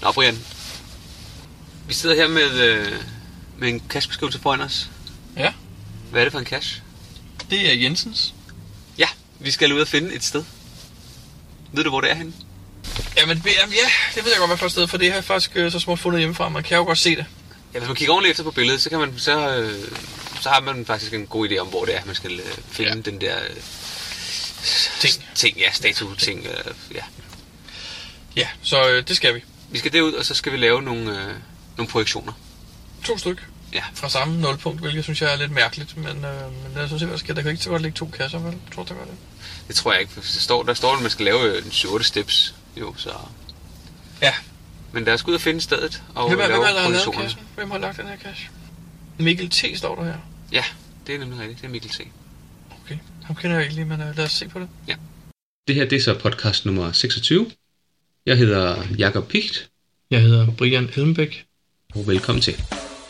Nå, Brian. Vi sidder her med en cashbeskrivelse foran os. Ja. Hvad er det for en cash? Det er Jensens. Ja, vi skal ud og finde et sted. Ved du, hvor det er henne? Jamen, ja, det ved jeg godt, hvad for et sted, for det har jeg faktisk så småt fundet hjemmefra. Man kan jo godt se det. Ja, hvis man kigger ordentligt efter på billedet, så har man faktisk en god idé om, hvor det er, man skal finde den der ting, ja, statue-ting, ja. Ja, så det skal vi. Vi skal derud, og så skal vi lave nogle projektioner. 2 stykker. Ja. Fra samme nulpunkt, hvilket synes jeg er lidt mærkeligt, men jeg synes ikke, der kan ikke så godt ligge 2 kasser, vel? Tror du, det gør det? Det tror jeg ikke, for der står, at man skal lave 7-8 steps, jo, så... Ja. Men lad os gå ud og finde stedet og Hvem har lavet kassen? Hvem har lagt den her cash? Mikkel T. står der her. Ja, det er nemlig rigtigt. Det er Mikkel T. Okay, ham kender jeg ikke lige, men lad os se på det. Ja. Det her, det er så podcast nummer 26. Jeg hedder Jakob Picht. Jeg hedder Brian Elmbæk. Og velkommen til.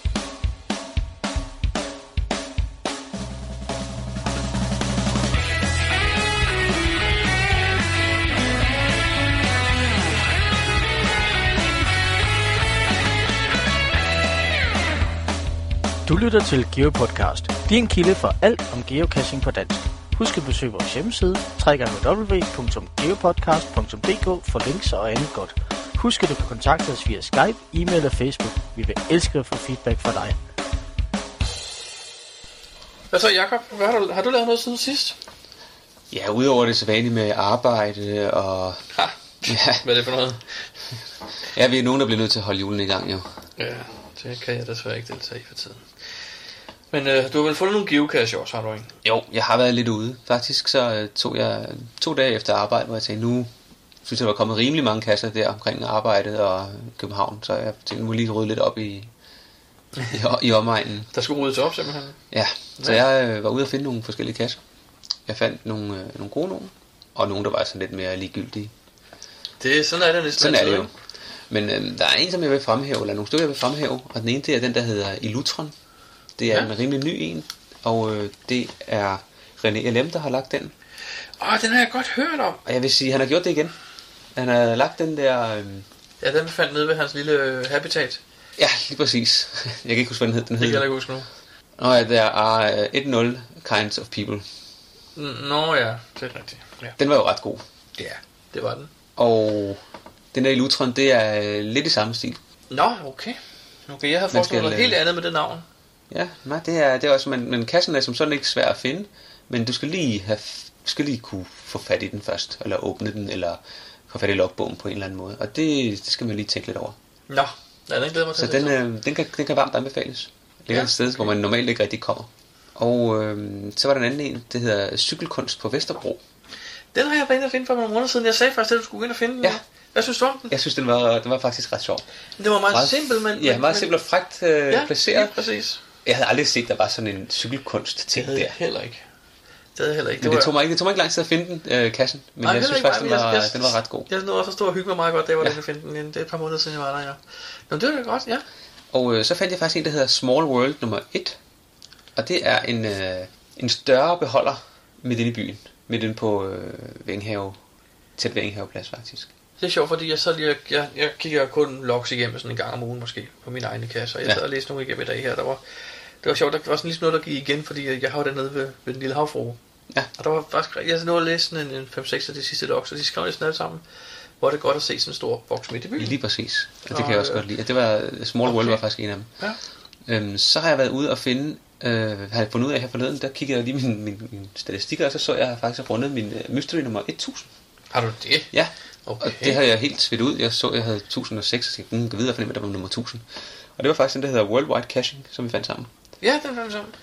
Du lytter til GeoPodcast, din kilde for alt om geocaching på dansk. Husk at besøge vores hjemmeside, www.geopodcast.dk for links og andet godt. Husk at du kan kontakte os via Skype, e-mail og Facebook. Vi vil elske at få feedback fra dig. Hvad så, Jakob? Har du lavet noget siden sidst? Ja, udover det så vanligt med arbejde og... Ja, hvad er det for noget? Ja, vi er nogen, der bliver nødt til at holde julen i gang, jo. Ja, det kan jeg desværre ikke deltage i for tiden. Men du har vel fundet nogle geocache også, har du ikke? Jo, jeg har været lidt ude. Faktisk så tog jeg 2 dage efter arbejde, hvor jeg tænkte, nu synes jeg, der var kommet rimelig mange kasser der omkring arbejdet og København. Så jeg tænkte, nu lige rydde lidt op i omegnen. Der skulle ryddes op simpelthen? Ja, så jeg var ude at finde nogle forskellige kasser. Jeg fandt nogle gode nogle, og nogle, der var sådan lidt mere ligegyldige. Sådan er det næsten. Sådan er det jo. Men der er en, som jeg vil fremhæve, eller nogle stykker, jeg vil fremhæve, og den ene, det er den, der hedder Illutron. Det er en rimelig ny en, og det er René LM, der har lagt den. Den har jeg godt hørt om. Og jeg vil sige, han har gjort det igen. Han har lagt den der... Ja, den fandt nede ved hans lille habitat. Ja, lige præcis. Jeg kan ikke huske, hvad den hed. Det kan jeg ikke huske nu. Nå ja, der er 1-0 kinds of people. Nå ja, det er rigtigt. Ja. Den var jo ret god. Ja, det var den. Og den der Illutron, det er lidt i samme stil. Nå, okay. Okay, jeg har forestillet noget helt andet med det navn. Ja, nej, det er også, men kassen er som sådan ikke svær at finde, men du skal lige kunne få fat i den først, eller åbne den, eller få fat i logbogen på en eller anden måde, og det skal man lige tænke lidt over. Nå, ja, den glæder mig til. Så den kan varmt anbefales. Det er et sted, hvor man normalt ikke rigtig kommer. Og så var der en anden en, det hedder Cykelkunst på Vesterbro. Den har jeg været inde at finde for nogle måneder siden. Jeg sagde faktisk, at du skulle ind og finde den. Ja. Hvad synes du om den? Jeg synes, den var faktisk ret sjov. Det var meget simpel, men... Ja, meget simpelt og frækt placeret. Ja, præcis. Jeg havde aldrig set, der var sådan en cykelkunst-ting der. Det havde jeg heller ikke. Men det tog mig ikke lang tid at finde den, kassen. Men jeg synes faktisk, den var ret god. Jeg nåede også at stå og hygge mig meget godt, da jeg var inde at finde den. Det er et par måneder siden, jeg var der, ja. Nå, det var da godt, ja. Og så fandt jeg faktisk en, der hedder Small World nummer 1. Og det er en større beholder midt inde i byen. Midt inde på Vinghave. Tæt ved Enghaveplads faktisk. Det er sjovt, fordi jeg kigger kun logs igennem sådan en gang om ugen måske på min egne kasse. Og jeg sad og læste nogle igennem i dag her. Det var sjovt, der var sådan ligesom noget, der gik igen, fordi jeg har jo dernede ved den lille havfrue. Ja. Og der var faktisk, jeg nåede at læse sådan en 5-6 af de sidste logs, og de skrev næsten alle sammen, hvor det er godt at se sådan en stor boks midt i byen. Lige præcis. Og det kan jeg også godt lide. Det var Small World var faktisk en af dem. Ja. Så har jeg været ude og finde, har jeg fundet ud af her forleden, der kiggede jeg lige min statistikker, og så jeg faktisk rundet min mystery nummer 1000. Har du det? Ja. Okay. Og det havde jeg helt svedt ud. Jeg havde 1006, og tænkte, kan videre fornemme, at der var nummer 1000. Og det var faktisk den, der hedder Worldwide Caching, som vi fandt sammen. Ja, den fandt vi sammen.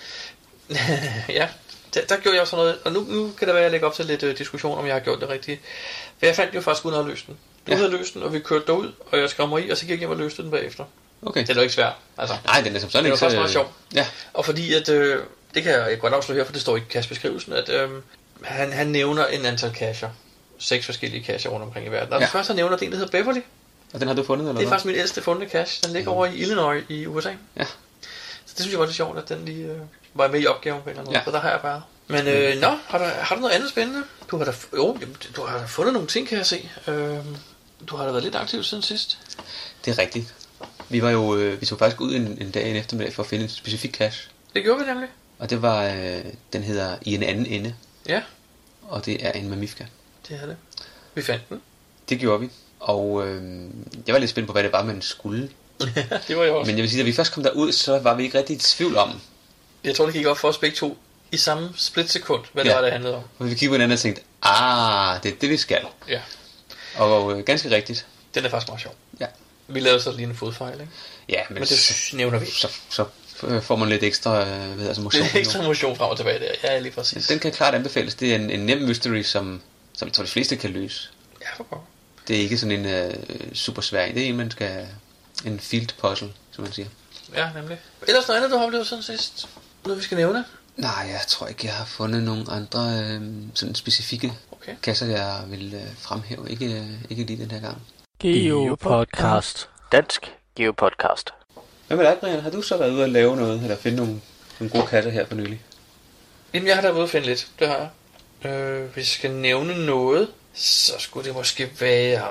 Ja, der gjorde jeg også noget. Og nu kan der være, at jeg lægger op til lidt diskussion, om jeg har gjort det rigtigt. For jeg fandt jo faktisk uden at have løst den. Du havde løst den, og vi kørte derud, og jeg skrev mig i, og så gik jeg hjem og løste den bagefter. Okay. Det er jo ikke svært. Altså, nej, den er som sådan ikke. Det var faktisk meget sjovt. Ja. Og fordi at, det kan jeg godt afsløre her, for det står i cachebeskrivelsen, at han nævner en antal cacher. 6 forskellige cacher rundt omkring i verden. Og den første, han nævner, det er en, der hedder Beverly. Og den har du fundet, eller hvad? Det er faktisk min ældste fundne cache. Den ligger over i Illinois i USA. Ja. Så det synes jeg var lidt sjovt, at den lige var med i opgaven på en eller anden måde. Så der har jeg bare. Men har du noget andet spændende? Du har da fundet nogle ting, kan jeg se. Du har da været lidt aktiv siden sidst. Det er rigtigt. Vi var jo, vi tog faktisk ud en dag en eftermiddag for at finde en specifik cache. Det gjorde vi nemlig. Og det var, den hedder I en anden ende. Ja. Og det er en Mamifka. Det er det. Vi fandt den. Det gjorde vi. Og jeg var lidt spændt på, hvad det var, man skulle. Det var jeg også. Men jeg vil sige, at da vi først kom derud, så var vi ikke rigtig i tvivl om. Jeg tror, det gik op for os begge to i samme splitsekund, hvad det var, det handlede om. Og vi kiggede på hinanden og tænkte, det er det, vi skal. Ja. Og ganske rigtigt. Den er faktisk meget sjov. Ja. Vi lavede så lige en fodfejl, ikke? Ja, men det nævner vi. Så får man lidt ekstra motion. Lidt ekstra motion frem og tilbage der. Ja, lige præcis. Den kan klart anbefales. Det er en nem mystery, som jeg tror, de fleste kan løse. Ja, for godt. Det er ikke sådan en super svær. Det er en, man skal... En field puzzle, som man siger. Ja, nemlig. Ellers noget andet, du har oplevet siden sidst? Noget, vi skal nævne? Nej, jeg tror ikke, jeg har fundet nogle andre sådan specifikke kasser, jeg vil fremhæve. Ikke lige den her gang. Geopodcast. Dansk Geopodcast. Hvad med dig, Brian? Har du så været ude at lave noget, eller finde nogle gode kasser her for nylig? Jamen, jeg har da været ude at finde lidt. Det har jeg. Hvis jeg skal nævne noget, så skulle det måske være...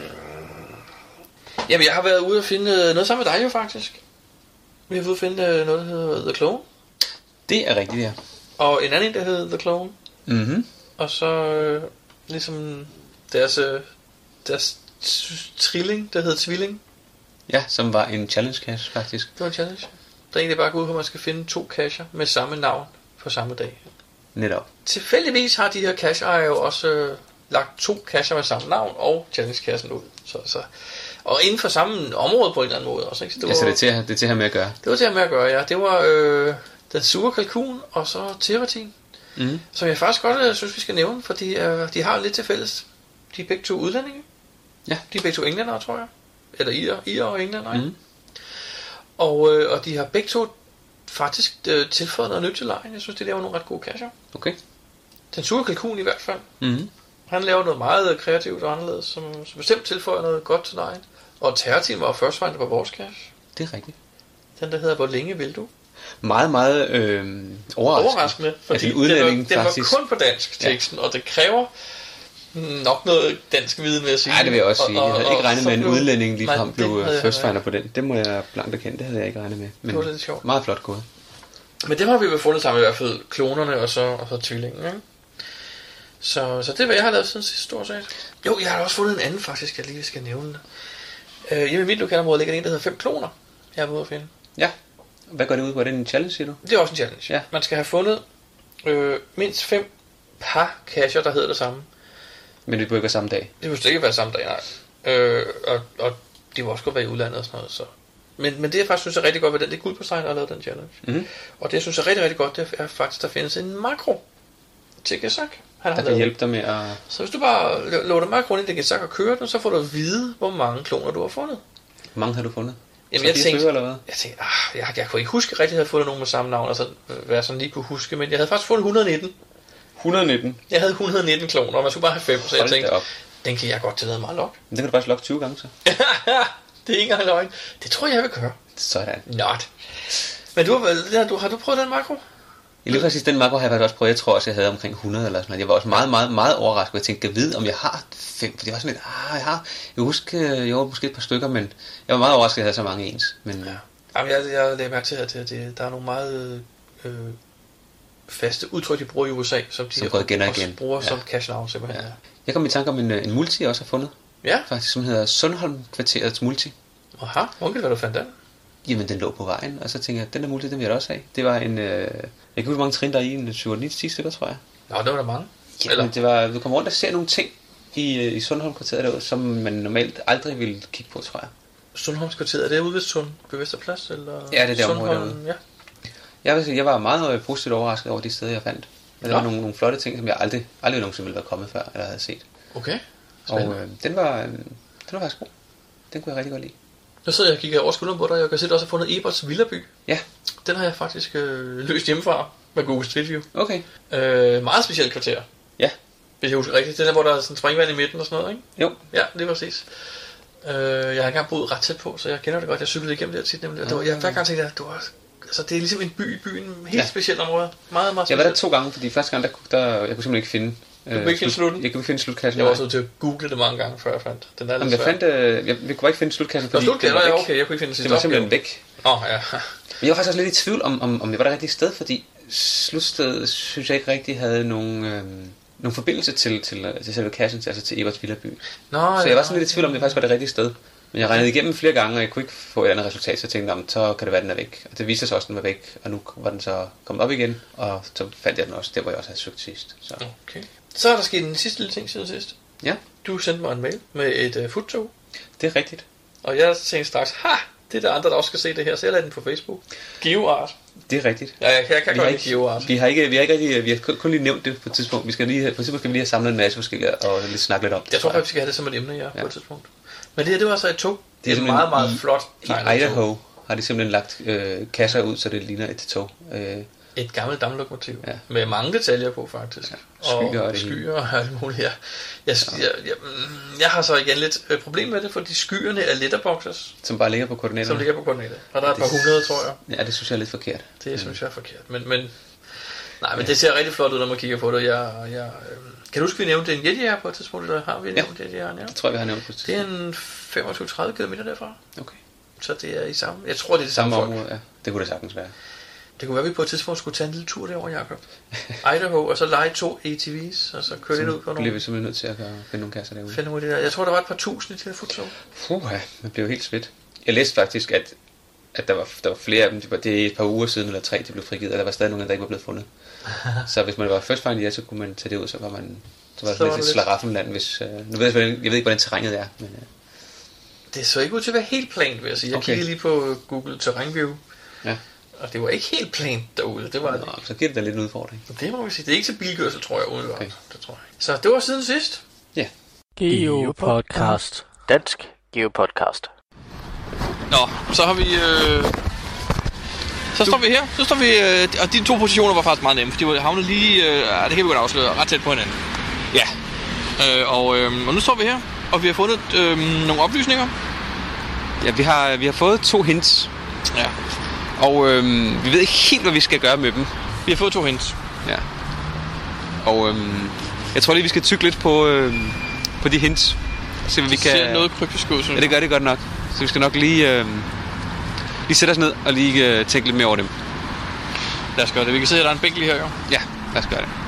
Jamen, jeg har været ude at finde noget sammen med dig jo faktisk. Vi har været ude at finde noget, der hedder The Clone. Det er rigtigt, ja. Og en anden, der hedder The Clone. Mhm. Og så ligesom deres trilling, der hedder Tvilling. Ja, som var en challenge cache faktisk. Det var en challenge. Der er egentlig bare gået ud på, at man skal finde 2 cacher med samme navn på samme dag. Netop. Tilfældigvis har de her cacher jo også lagt 2 cacher med samme navn og challenge-kassen ud. Så. Og inden for samme område på en eller anden måde også, ikke? Så det er til at have med at gøre. Det var til at have med at gøre, ja. Det var den sure kalkun og så Teratin. Mm. Som jeg faktisk godt synes, vi skal nævne, fordi de har lidt til fælles. De er begge 2 udlændinge. Ja. De er begge 2 englændere, tror jeg. Eller irer og englændere, ikke? Og de har begge 2 faktisk tilføjet noget nyt til lejen. Jeg synes, de laver nogle ret gode cacher. Okay. Den sure kalkun i hvert fald. Mm. Han laver noget meget kreativt og anderledes, som bestemt tilføjer noget godt til lejen. Og Teratin var først på vores cache. Det er rigtigt. Den, der hedder Hvor længe vil du? Meget overraskende. Fordi den var kun på dansk teksten, og det kræver nok noget dansk viden, vil jeg sige. Nej, det vil jeg også sige. Jeg havde ikke regnet med, en udlænding ligefrem blev first finder på den. Det må jeg blankt erkende, det havde jeg ikke regnet med. Men det var lidt sjovt. Meget flot gået. Men det har vi jo fundet sammen i hvert fald, klonerne og så tvillingen, ikke? Så det er, hvad jeg har lavet siden sidste stort set. Jo, jeg har også fundet en anden faktisk, jeg lige skal nævne. Hjemme i mit lokalområde ligger en, der hedder 5 kloner. Jeg er ude at finde. Ja. Hvad går det ud på? Er det en challenge, siger du? Det er også en challenge. Ja. Man skal have fundet mindst 5 par cacher, der hedder det samme. Men det burde ikke være samme dag? Det burde ikke være samme dag, nej. Og de må også godt være i udlandet og sådan noget. Så. Men det jeg faktisk synes er rigtig godt ved den, det er Guldpostejn, der har lavet den challenge. Mm-hmm. Og det jeg synes er rigtig, rigtig godt, det er faktisk, der findes en makro til Gesak. Der kan hjælpe dig med at... Så hvis du bare loader makroen ind i Gesak og kører den, så får du at vide, hvor mange kloner du har fundet. Hvor mange har du fundet? Jamen, jeg tænkte, jeg kunne ikke huske rigtigt, at jeg havde fundet nogen med samme navn, altså hvad jeg sådan lige kunne huske, men jeg havde faktisk fundet 119. 119? Jeg havde 119 kloner, og man skulle bare have 5, så jeg tænkte, den kan jeg godt til noget meget lok. Men det kan du faktisk lokke 20 gange så. Det er ikke engang løgn. Det tror jeg vil gøre. Sådan. Not. Men har du prøvet den makro? I lige præcis den makro har jeg faktisk også prøvet. Jeg tror også, jeg havde omkring 100 eller sådan noget. Jeg var også meget, meget, meget overrasket. Jeg tænkte, jeg ved, om jeg har 5. For det var sådan lidt, jeg husker, jeg var måske et par stykker, men jeg var meget overrasket, at jeg havde så mange ens. Men, ja. Jamen, jeg lagde mærke til, at der er nogle meget faste udtryk, de bruger i USA, som de også bruger som cache-navn simpelthen. Ja. Jeg kom i tanke om en multi, jeg også har fundet. Ja. Faktisk, som hedder Sundholm-kvarterets multi. Aha, hvor hvad du fandt den? Jamen, den lå på vejen, og så tænkte jeg, den der multi, den vil jeg også have. Det var en, jeg kan huske, hvor mange trin der er i, en 7-9 stykker, tror jeg. Nå, det var der mange. Jamen, det var, du kommer rundt og ser nogle ting i Sundholm-kvarteret derude, som man normalt aldrig ville kigge på, tror jeg. Sundholmskvarteret, er det ude ved Vesterplads? Eller ja, det er det område derude. Ja. Jeg var meget positivt overrasket over de steder, jeg fandt. Der var nogle flotte ting, som jeg aldrig nogensinde ville være kommet før, eller havde set. Okay. Spændende. Og den var faktisk god. Den kunne jeg rigtig godt lide. Nu sidder jeg og kigger over skulderen på dig, og jeg kan se, at du også har fundet Eberts Villaby. Ja. Den har jeg faktisk løst hjemmefra med Google Street View. Okay. Meget specielt kvarter. Ja. Hvis jeg husker rigtigt. Det der, hvor der er sådan springvand i midten og sådan noget, ikke? Jo. Ja, det var præcis. Jeg har engang boet ret tæt på, så jeg kender det godt. Jeg cyklede igennem det tit nemlig. Jeg hver gang tænkte, at det er ligesom en by i byen. Helt specielt område. Meget, meget specielt. Jeg var der 2 gange, fordi første gang, der jeg kunne simpelthen ikke finde Du kan ikke finde slutten? Jeg kunne ikke finde slutkassen. Jeg var også nødt til at google det mange gange, før jeg fandt den. Jamen, jeg kunne ikke finde slutkassen, fordi den var væk. Okay, jeg kunne ikke finde den. Det var simpelthen væk. Ja. Men jeg var faktisk også lidt i tvivl om jeg var det rigtige sted, fordi slutstedet synes jeg ikke rigtig havde nogen forbindelse til selve kassen, altså til Eberts Villaby. Så jeg var sådan lidt i tvivl om det faktisk var det rigtige sted. Men jeg regnede igennem flere gange, og jeg kunne ikke få et andet resultat, så jeg tænkte, så kan det være, den er væk. Og det viste sig også, den var væk, og nu var den så kommet op igen, og så fandt jeg den også, der hvor jeg også havde søgt sidst. Så. Okay. Så er der sket en sidste lille ting siden sidst. Ja. Du sendte mig en mail med et futtog. Det er rigtigt. Og jeg tænkte straks, det er der andre, der også skal se det her, så jeg lader den på Facebook. GeoArt. Det er rigtigt. Ja, jeg kan godt lide GeoArt. Vi har kun lige nævnt det på et tidspunkt. På et tidspunkt skal vi lige have samlet en masse forskellige og lidt snakke lidt om det. Jeg tror faktisk, vi skal have det som et emne, på et tidspunkt. Men det her, det var så et tog. Det er et meget, meget flot. I Idaho har de simpelthen lagt kasser ud, så det ligner et tog. Et gammelt damplokomotiv. Ja. Med mange detaljer på, faktisk. Ja, skyer og alt muligt her. Jeg har så igen lidt problem med det, fordi skyerne er letterboxes. Som bare ligger på koordinaterne. Og der er et par 100, tror jeg. Ja, det synes jeg er lidt forkert. Det synes jeg er forkert. Men det ser rigtig flot ud, når man kigger på det. Kan du huske, vi nævnte en Yeti her på et tidspunkt, eller har vi nævnt Yeti her? Ja, det tror jeg, vi har nævnt på et tidspunkt. Det er en 25-30 km derfra. Okay. Så det er i samme... Jeg tror, det er det samme område, ja. Det kunne det sagtens være. Det kunne være, at vi på et tidspunkt skulle tage en lille tur derover, Jacob. Idaho, og så lege 2 ATVs, og så køre lidt ud på nogle... Så bliver vi simpelthen nødt til at finde nogle kasser derude. Finde nogle af de der. Jeg tror, der var et par tusind i det her futtog. Man blev helt svedt. Jeg læste faktisk, at der var flere af dem. Det er et par uger siden, eller 3, de blev frigivet, og der var stadig nogle, der ikke var blevet fundet. Så hvis man var first find, så kunne man tage det ud, så var det lidt et slaraffenland, hvis... Nu ved jeg ved ikke, hvordan terrænet er, men... Det så ikke ud til at være helt plant, vil jeg sige. Jeg kiggede lige på Google Terrain View. Ja. Og det var ikke helt plant derude. Det var det. Så giver det da lidt en udfordring. Det må vi sige. Det er ikke til bilkørsel, tror jeg, umiddelbart. Okay. Det tror jeg. Så det var siden sidst. Ja. GeoPodcast. Dansk GeoPodcast. Nå, så har vi... Så står vi her. Så står vi... og de 2 positioner var faktisk meget nemme, for de var havnet lige... det kan vi godt afsløre. Ret tæt på hinanden. Ja. Og nu står vi her, og vi har fundet nogle oplysninger. Ja, vi har fået 2 hints. Ja. Og vi ved ikke helt, hvad vi skal gøre med dem. Vi har fået 2 hints. Ja. Og jeg tror lige, vi skal tygge lidt på de hints. Se, hvad vi kan... Det ser noget kryptisk ud. Ja, det gør det godt nok. Så vi skal nok lige sætte os ned og lige tænke lidt mere over dem. Lad os gøre det. Vi kan se, at der er en bænk lige her, jo. Ja, lad os gøre det.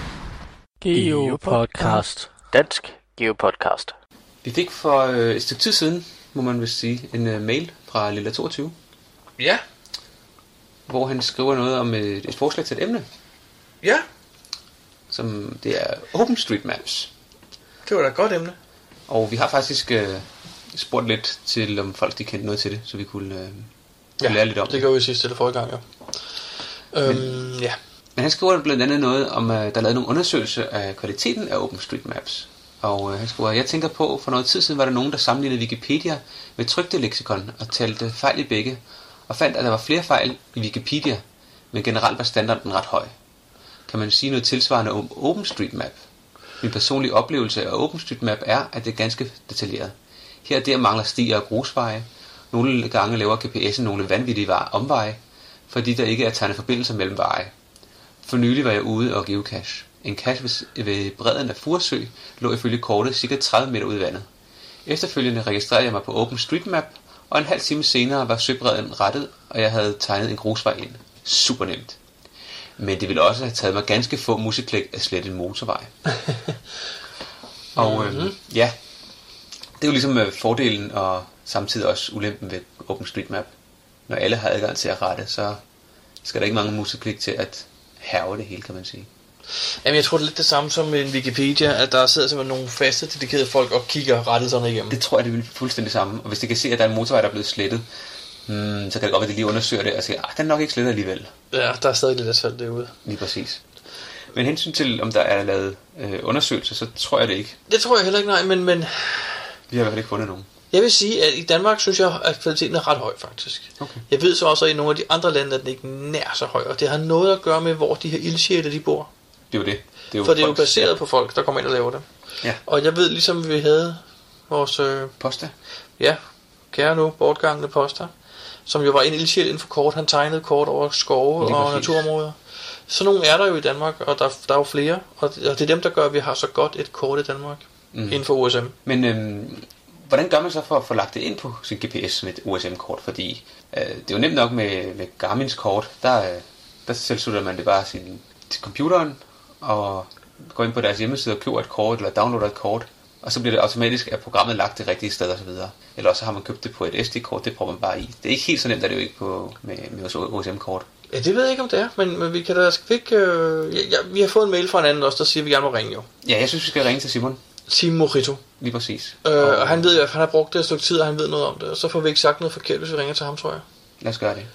GeoPodcast. Dansk GeoPodcast. Vi fik for et stykke tid siden, må man vist sige, en mail fra Lilla22. Ja. Hvor han skriver noget om et forslag til et emne. Ja. Som det er OpenStreetMaps. Det var da et godt emne. Og vi har faktisk spurgt lidt til, om folk de kendte noget til det, så vi kunne lære lidt om det. Det gjorde vi sidst til det forrige gang, ja. Men han skriver blandt andet noget om, der er lavet nogle undersøgelser af kvaliteten af OpenStreetMaps. Og han skriver, jeg tænker på, for noget tid siden var der nogen, der sammenlignede Wikipedia med trykte leksikon og talte fejl i begge, og fandt, at der var flere fejl i Wikipedia, men generelt var standarden ret høj. Kan man sige noget tilsvarende om OpenStreetMap? Min personlige oplevelse af OpenStreetMap er, at det er ganske detaljeret. Her og der mangler stier og grusveje. Nogle gange laver GPS'en nogle vanvittige omveje, fordi der ikke er tegnet forbindelser mellem veje. For nylig var jeg ude og geocache. En cache ved bredden af Furesø lå ifølge kortet ca. 30 meter ud i vandet. Efterfølgende registrerede jeg mig på OpenStreetMap, og en halv time senere var søbredden rettet, og jeg havde tegnet en grusvej ind. Super nemt. Men det ville også have taget mig ganske få museklik at slette en motorvej. Og ja, det er jo ligesom fordelen og samtidig også ulempen ved OpenStreetMap. Når alle har adgang til at rette, så skal der ikke mange museklik til at hærge det hele, kan man sige. Jamen jeg tror det er lidt det samme som en Wikipedia, at der sidder simpelthen nogle faste, dedikerede folk og kigger rettelserne igennem. Det tror jeg, det vil fuldstændig samme. Og hvis de kan se, at der er en motorvej, der er blevet slettet, så kan det godt være, at de lige undersøger det og siger, den er nok ikke slettet alligevel. Ja, der er stadig lidt asfalt derude. Lige præcis. Men hensyn til, om der er lavet undersøgelser, så tror jeg det ikke. Det tror jeg heller ikke, nej, men... Vi har i hvert fald ikke fundet nogen. Jeg vil sige, at i Danmark synes jeg, at kvaliteten er ret høj, faktisk. Okay. Jeg ved så også, at i nogle af de andre lande, at den ikke nær så høj, og det har noget at gøre med, hvor de her ildsjæle, de bor. Det er jo det. For det er jo baseret på folk, der kommer ind og laver det. Ja. Og jeg ved, ligesom vi havde vores... Posta? Ja, kære nu, bortgangne Posta, som jo var en ildsjæl inden for kort. Han tegnede kort over skove og naturområder. Så nogle er der jo i Danmark, og der er jo flere, og det er dem, der gør, at vi har så godt et kort i Danmark inden for OSM. Men hvordan gør man så for at få lagt det ind på sin GPS med et OSM-kort? Fordi det er jo nemt nok med Garmin's kort, der tilslutter man det bare til computeren, og går ind på deres hjemmeside og køber et kort, eller downloader et kort, og så bliver det automatisk, at programmet lagt det rigtige sted osv. Eller også har man købt det på et SD-kort, det prøver man bare i. Det er ikke helt så nemt, at det jo ikke med OSM-kort. Ja, det ved jeg ikke, om det er, men vi kan da ikke... vi har fået en mail fra en anden også, der siger, at vi gerne må ringe jo. Ja, jeg synes, vi skal ringe til Simon. Simon Morito. Lige præcis. Og han ved jo, at han har brugt det et stykke tid, og han ved noget om det, og så får vi ikke sagt noget forkert, hvis vi ringer til ham, tror jeg. Lad os gøre det.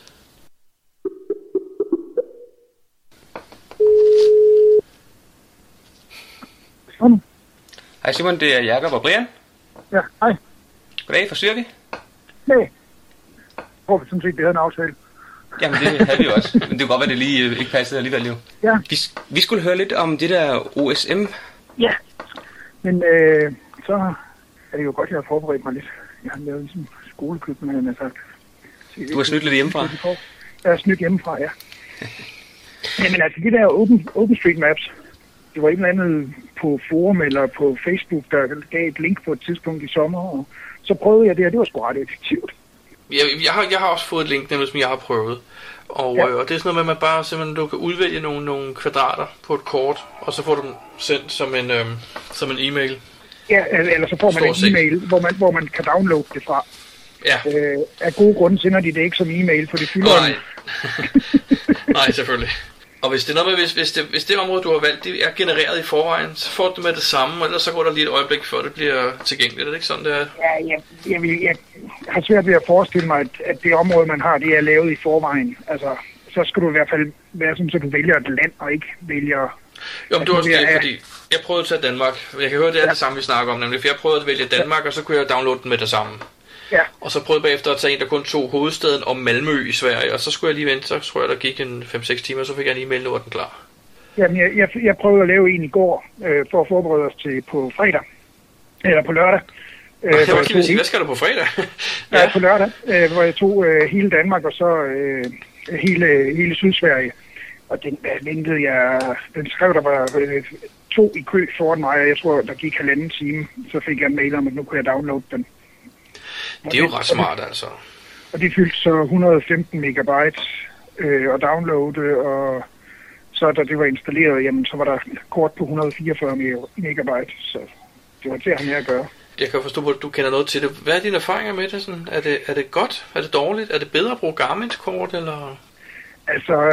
Hej Simon, det er Jakob og Brian. Ja, hej. Goddag, forstyrrer vi? Nej. Hvor vi sådan set, vi havde en aftale. Jamen det havde vi jo også, men det kunne godt være, det lige ikke passede alligevel jo. Ja. Vi skulle høre lidt om det der OSM. Ja, men så er det jo godt, jeg har forberedt mig lidt. Jeg har lavet ligesom skolekøkken, havde jeg sagt. Du har snydt lidt hjemmefra? Jeg har snydt hjemmefra, ja. Jamen altså, de der OpenStreetMaps, det var et eller andet på forum eller på Facebook, der gav et link på et tidspunkt i sommer, og så prøvede jeg det, og det var sgu ret effektivt. Jeg har også fået et link, nemlig som jeg har prøvet. Og, ja. Og det er sådan noget med, at man bare simpelthen, du kan udvælge nogle kvadrater på et kort, og så får du dem sendt som en e-mail. Ja, eller så får man en e-mail, hvor man kan downloade det fra. Ja. Af gode grunde sender de det ikke som e-mail, for det fylder... Nej. Nej, selvfølgelig. Og hvis det er noget med, hvis det område, du har valgt, det er genereret i forvejen, så får du med det samme, og ellers så går der lige et øjeblik, før det bliver tilgængeligt. Er det ikke sådan, det er? Ja, jeg har svært ved at forestille mig, at det område, man har, det er lavet i forvejen. Altså, så skal du i hvert fald være sådan, så du vælger et land, og ikke vælger... Jo, men det var også det, fordi jeg prøvede at tage Danmark. Jeg kan høre, det er det samme, vi snakker om, nemlig, for jeg prøvede at vælge Danmark, og så kunne jeg downloade den med det samme. Ja. Og så prøvede jeg bagefter at tage en, der kun tog hovedstaden og Malmø i Sverige, og så skulle jeg lige vente, så tror jeg, der gik en 5-6 timer, så fik jeg en e-mail, nu var den klar. Jamen, jeg prøvede at lave en i går, for at forberede os til på fredag, eller på lørdag. Jeg var ikke lige sige, hvad skal du på fredag? Ja, på lørdag, hvor jeg tog hele Danmark, og så hele Sydsverige. Og den skrev, der var 2 i kø foran mig, og jeg tror, der gik 1,5 time, så fik jeg en mail om, at nu kunne jeg downloade den. Det er jo ret smart, altså. Og det fyldte så 115 megabyte at downloade, og så da det var installeret, jamen, så var der kort på 144 megabyte, så det var til at have med at gøre. Jeg kan forstå, at du kender noget til det. Hvad er dine erfaringer med det? Sådan? Er det godt? Er det dårligt? Er det bedre at bruge Garmin's kort, eller? Altså,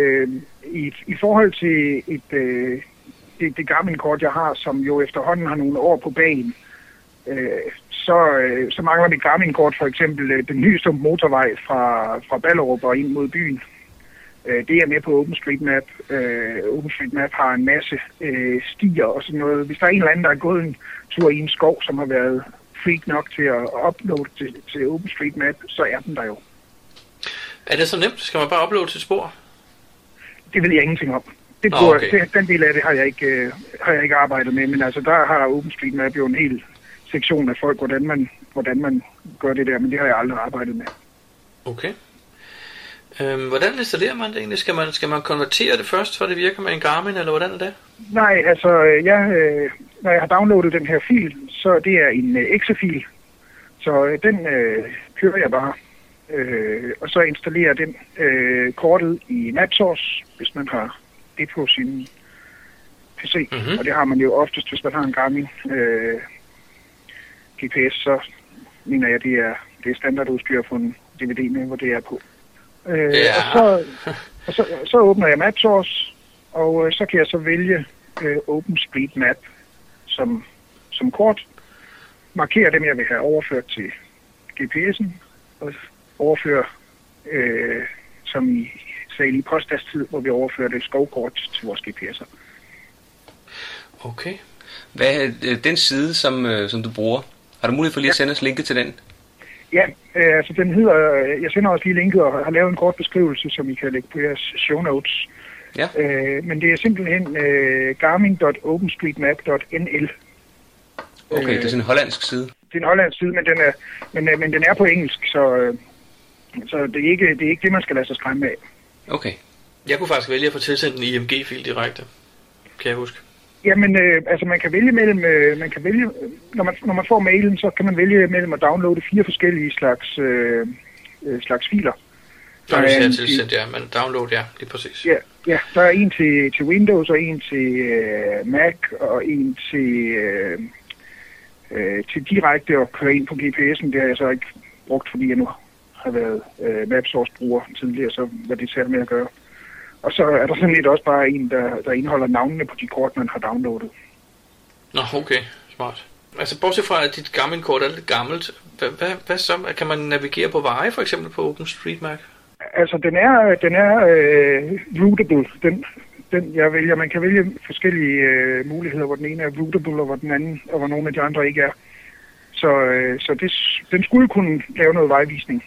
i forhold til det Garmin-kort, jeg har, som jo efterhånden har nogle år på banen, så mangler mit Garmin-kort for eksempel den nye Stump motorvej fra Ballerup og ind mod byen. Det er med på OpenStreetMap. OpenStreetMap har en masse stier og sådan noget. Hvis der er en eller anden, der er gået en tur i en skov, som har været freak nok til at uploade til OpenStreetMap, så er den der jo. Er det så nemt? Skal man bare uploade til spor? Det ved jeg ingenting om. Den del af det har jeg ikke arbejdet med, men altså der har OpenStreetMap jo en hel sektion af folk, hvordan man gør det der, men det har jeg aldrig arbejdet med. Okay. Hvordan installerer man det egentlig? Skal man konvertere det først, for det virker med en Garmin, eller hvordan er det? Nej, altså når jeg har downloadet den her fil, så det er en exe-fil, så den kører jeg bare. Og så installerer den kortet i NapSource, hvis man har det på sin PC. Mm-hmm. Og det har man jo oftest, hvis man har en Garmin GPS, så mener jeg, det er standardudstyr på en DVD med, hvor det er på. Og så åbner jeg NapSource, og så kan jeg så vælge OpenStreetMap som kort. Markere dem, jeg vil have overført til GPS'en, og overføre, som I sagde lige postdagstid, hvor vi overfører et skovkort til vores GPS'er. Okay. Hvad er den side, som du bruger? Har du mulighed for lige at sende os linket til den? Ja, altså den hedder, jeg sender også lige linket og har lavet en kort beskrivelse, som I kan lægge på jeres show notes. Ja. Men det er simpelthen garmin.openstreetmap.nl. Okay, det er sådan en hollandsk side. Det er en hollandsk side, men den er på engelsk, så det er ikke det, man skal lade sig skræmme af. Okay. Jeg kunne faktisk vælge at få tilsendt en IMG-fil direkte, kan jeg huske. Jamen, altså man kan vælge mellem, når man får mailen, så kan man vælge mellem at downloade 4 forskellige slags filer. Der er en tilsendt, ja, men download, ja, lige præcis. Ja, der er en til Windows, og en til Mac, og en til direkte at køre ind på GPS'en. Det har jeg så ikke brugt, fordi jeg nu har været WebSource-bruger tidligere, så hvad det særligt med at gøre. Og så er der sådan lidt også bare en, der indeholder navnene på de kort, man har downloadet. Nå, okay. Smart. Altså, bortset fra, at dit gamle kort er lidt gammelt, hvad så? Kan man navigere på veje, for eksempel på OpenStreetMap? Altså, den er routable. Den jeg vælger. Man kan vælge forskellige muligheder, hvor den ene er routable, og hvor den anden, og hvor nogle af de andre ikke er. Så den skulle kunne lave noget vejvisning.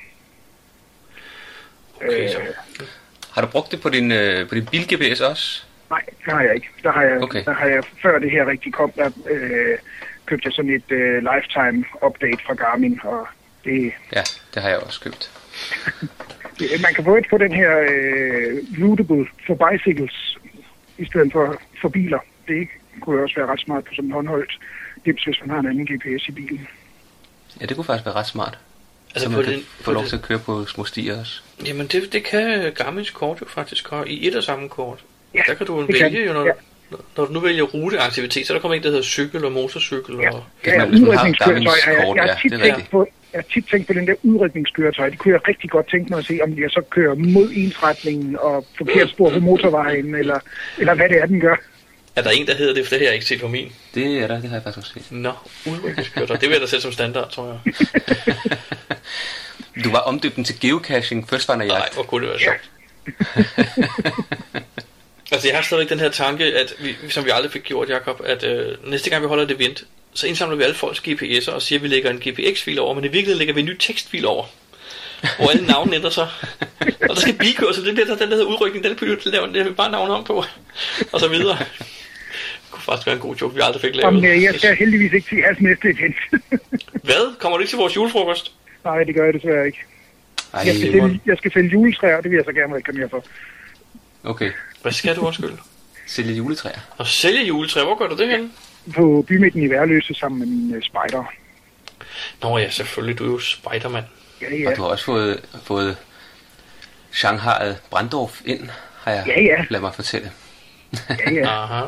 Okay, så. Har du brugt det på din bil-GPS også? Nej, det har jeg ikke. Der har jeg før det her rigtig kom, der købte jeg sådan et lifetime update fra Garmin, og det... Ja, det har jeg også købt. Man kan få den her routable for bicycles i stedet for biler. Det kunne også være ret smart på sådan en håndholdt dims, hvis man har en anden GPS i bilen. Ja, det kunne faktisk være ret smart. Altså så man kan få lov til at køre på små stier også. Jamen det kan Garmins kort jo faktisk gøre i et og samme kort. Ja, der kan du vælge jo, når du nu vælger ruteaktivitet, så der kommer en, der hedder cykel og motorcykel. Ja, og... udrykningskøretøj. Jeg har tit tænkt på den der udrykningskøretøj. Det kunne jeg rigtig godt tænke mig at se, om jeg så kører mod ensretningen og forkert spor på motorvejen, eller hvad det er, den gør. Er der en, der hedder det, for det har jeg ikke set på min? Det er der, det har jeg faktisk også set. Nå, udrykningskøretøj. Det vil jeg da sætte som standard, tror jeg. Du var omdøbt den til geocaching, førstvanderjagt. Nej, hvor kunne det være sjovt. Altså, jeg har stadigvæk den her tanke, at som vi aldrig fik gjort, Jacob, at næste gang vi holder et event, så indsamler vi alle folks GPS'er og siger, at vi lægger en GPX-fil over, men i virkeligheden lægger vi en ny tekstfil over, hvor alle navne ændrer sig. Og der skal bilkørsel, det bliver der den der hedder udrykning, den laver vi bare navne om på, og så videre. Det kunne faktisk være en god joke, vi aldrig fik lavet. Jeg skal heldigvis ikke til jeres næste event. Hvad? Kommer du ikke til vores julefrokost? Nej, det gør jeg desværre ikke. Jeg skal sælge juletræer, og det vil jeg så gerne reklamere for. Okay. Hvad skal du, undskyld? Sælge juletræer. Og sælge juletræer? Hvor gør du det henne? På bymidten i Værløse sammen med mine spejdere. Nå ja, selvfølgelig. Du er jo spejdermand. Ja. Og du har også fået Shanghai'et Brandorf ind, har jeg lad mig fortælle. Ja. Aha.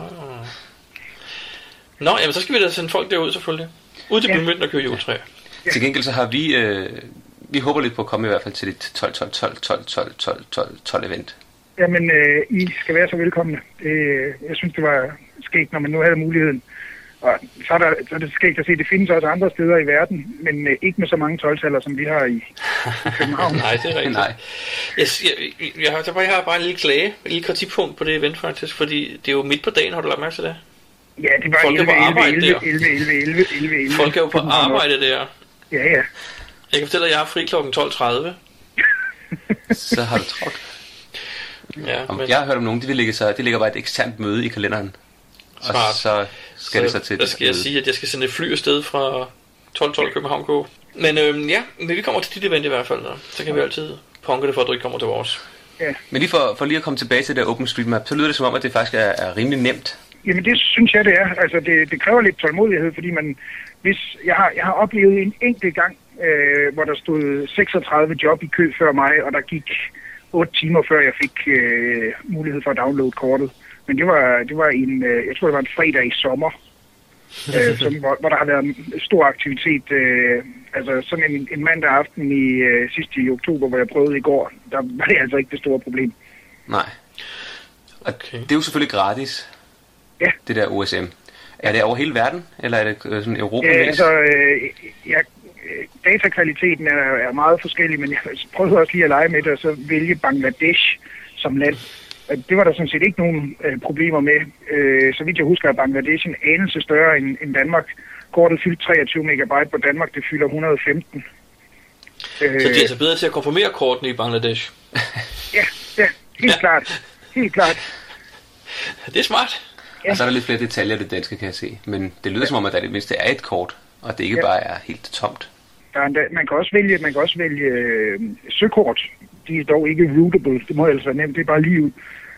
Nå, jamen så skal vi da sende folk derud selvfølgelig. Ud til bymidten og køre juletræer. Ja. Til gengæld så har vi håber lidt på at komme i hvert fald til dit 12 event. Jamen, I skal være så velkomne. Jeg synes, det var skægt, når man nu havde muligheden. Og så er det skægt at se, det findes også andre steder i verden, men ikke med så mange 12-taller, som vi har i København. Nej, det er rigtigt. Nej. Jeg har bare en lille klage, en lille kritikpunkt på det event faktisk, fordi det er jo midt på dagen, har du lagt mærke til det? Ja, det var 11. Folk er jo på arbejde der. Ja. Jeg kan fortælle, at jeg har fri kl. 12:30. Så har du travlt. Ja, men... Jeg har hørt om nogen, de lægger bare et eksternt møde i kalenderen. Smart. Og så skal det så til. Der skal jeg sige, at jeg skal sende et fly afsted fra 12 København K. Men men vi kommer til dit event i hvert fald. Så kan vi altid punke det for, at du ikke kommer til vores. Ja. Men lige for lige at komme tilbage til det OpenStreetMap, så lyder det som om, at det faktisk er rimelig nemt. Jamen det synes jeg, det er. Altså det kræver lidt tålmodighed, fordi jeg har oplevet en enkelt gang, hvor der stod 36 job i kø før mig, og der gik 8 timer før jeg fik mulighed for at downloade kortet. Men det var jeg tror det var en fredag i sommer, hvor der har været stor aktivitet. Altså sådan en mandag aften sidst i oktober, hvor jeg prøvede i går, der var det altså ikke det store problem. Nej. Okay. Det er jo selvfølgelig gratis. Ja. Det der OSM. Er det over hele verden, eller er det sådan Europa? Datakvaliteten er meget forskellig, men jeg prøvede også lige at lege med det, og så vælge Bangladesh som land. Det var der sådan set ikke nogen problemer med. Så vidt jeg husker, er Bangladesh en anelse større end Danmark. Kortet fyldt 23 megabyte på Danmark, det fylder 115. Så de er altså bedre til at konfirmere kortene i Bangladesh? Ja, helt klart. Helt klart. Det er smart. Ja. Og så er der lidt flere detaljer, det danske kan jeg se. Men det lyder som om, at der det mindste er et kort, og det ikke bare er helt tomt. Man kan også vælge søkort. de er dog ikke routable. Det må altså være nemt. Det er bare lige ud.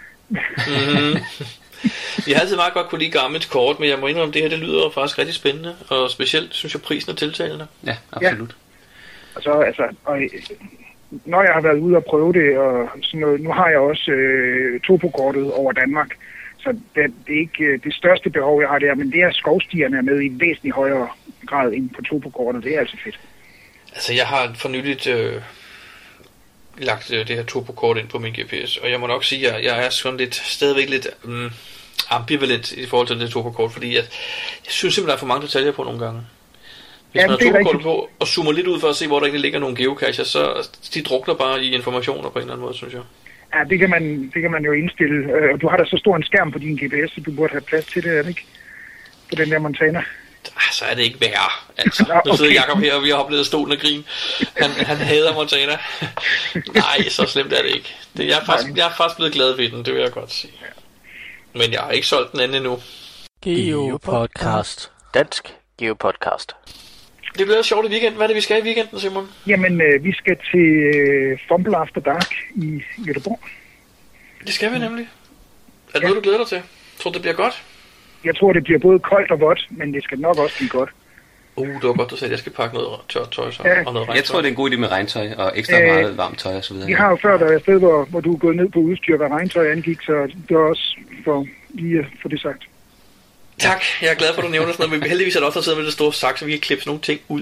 Jeg har altid meget godt kunne lide Garmin's kort, men jeg må indrømme, det her det lyder faktisk rigtig spændende, og specielt synes jeg prisen er tiltalende. Ja, absolut. Ja. Og når jeg har været ude og prøve det, og sådan noget, nu har jeg også topokortet over Danmark, så det er ikke det største behov, jeg har der, men det er skovstierne med i væsentlig højere grad end på topokortet. Det er altså fedt. Altså, jeg har for nyligt lagt det her topokort ind på min GPS, og jeg må nok sige, at jeg er sådan stadigvæk lidt ambivalent i forhold til det topokort, fordi jeg synes simpelthen, der er for mange detaljer på nogle gange. Hvis man har topokortet på og zoomer lidt ud for at se, hvor der egentlig ligger nogle geocacher, så de drukner bare i informationer på en eller anden måde, synes jeg. Ja, det kan man jo indstille. Og du har da så stor en skærm på din GPS, så du burde have plads til det, er det ikke? På den der Montana. Så er det ikke værre. Altså, nu sidder Jacob her, og vi har oplevet stolen af grin. Han hader Montana. Nej, så slemt er det ikke. Jeg er faktisk blevet glad ved den, det vil jeg godt sige. Men jeg har ikke solgt den endnu. Geopodcast. Dansk Geopodcast. Det bliver sjovt i weekenden. Hvad er det, vi skal i weekenden, Simon? Jamen, vi skal til Fumble After Dark i Göteborg. Det skal vi nemlig. Er det noget, du glæder dig til? Tror du, det bliver godt? Jeg tror, det bliver både koldt og vådt, men det skal nok også blive godt. Det var godt, du sagde, at jeg skal pakke noget tørt tøj og noget regntøj. Jeg tror, det er en god idé med regntøj og ekstra meget varmt tøj og så videre. Vi har jo før været et sted, hvor du er gået ned på udstyr, hvad regntøj angik, så det er også for lige at få det sagt. Tak, jeg er glad for, at du nævner sådan noget, men heldigvis er der også siddet med det store saks, så vi kan klippe sådan nogle ting ud.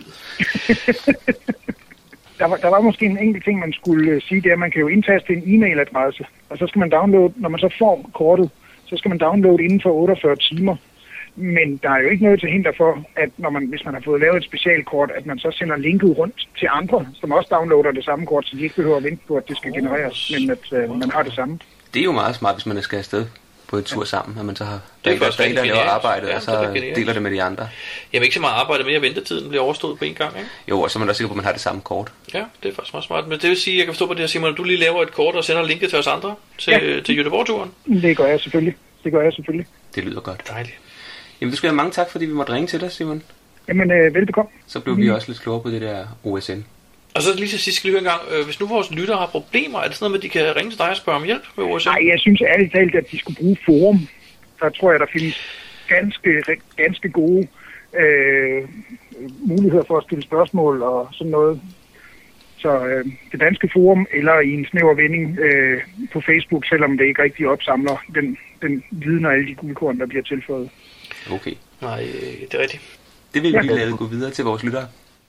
Der var måske en enkelt ting, man skulle sige, det er, at man kan jo indtaste en e-mailadresse, og så skal man downloade, når man så får kortet, så skal man downloade inden for 48 timer. Men der er jo ikke noget til hinder for, at hvis man har fået lavet et specialkort, at man så sender linket rundt til andre, som også downloader det samme kort, så de ikke behøver at vente på, at det skal genereres, men at man har det samme. Det er jo meget smart, hvis man skal afsted på en tur sammen, at man så har der laver arbejdet, og så deler det med de andre. Jeg vil ikke så meget arbejde med, at ventetiden bliver overstået på en gang, ikke? Jo, og så er man også sikker på, at man har det samme kort. Ja, det er faktisk meget smart. Men det vil sige, at jeg kan forstå på det her, Simon, at du lige laver et kort og sender linket til os andre til Göteborg-turen. Det gør jeg selvfølgelig. Det lyder godt. Dejligt. Jamen, du skal have mange tak, fordi vi måtte ringe til dig, Simon. Jamen, velbekomme. Så blev vi også lidt klogere på det der OSN. Og så lige til sidst skal vi høre en gang, hvis nu vores lyttere har problemer, er det sådan noget med, at de kan ringe til dig og spørge om hjælp med OSN? Nej, jeg synes ærligt talt, at de skulle bruge forum. Der tror jeg, der findes ganske gode muligheder for at stille spørgsmål og sådan noget. Så det danske forum, eller i en snæver vending på Facebook, selvom det ikke rigtig opsamler den viden og alle de guldkorn, der bliver tilføjet. Okay. Nej, det er rigtigt. Det vil vi lige lade gå videre til vores lyttere.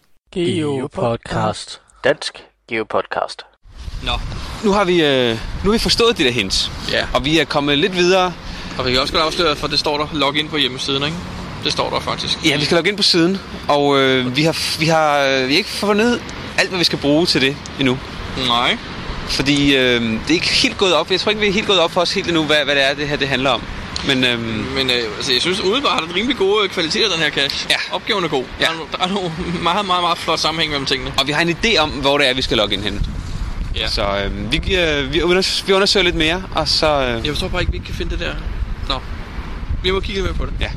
Geopodcast. Dansk Geopodcast. Nå, nu har vi forstået det der hint. Ja. Og vi er kommet lidt videre. Og vi kan også godt afsløre, for det står der log ind på hjemmesiden, ikke? Det står der faktisk. Ja, vi skal logge ind på siden, og vi har ikke fundet alt, hvad vi skal bruge til det endnu. Nej. Fordi det er ikke helt gået op. Jeg tror ikke, vi er helt gået op for os helt endnu, hvad det er, det her det handler om. Men altså, jeg synes umiddelbart har det rimelig gode kvaliteter, den her cache. Ja. Opgaven er god. Ja. Der er nogle meget, meget, meget flot sammenhæng mellem tingene. Og vi har en idé om, hvor det er, vi skal logge ind hen. Ja. Så vi undersøger lidt mere, og så... Jeg forstår bare ikke, vi ikke kan finde det der. Nå. Vi må kigge lidt mere på det. Ja.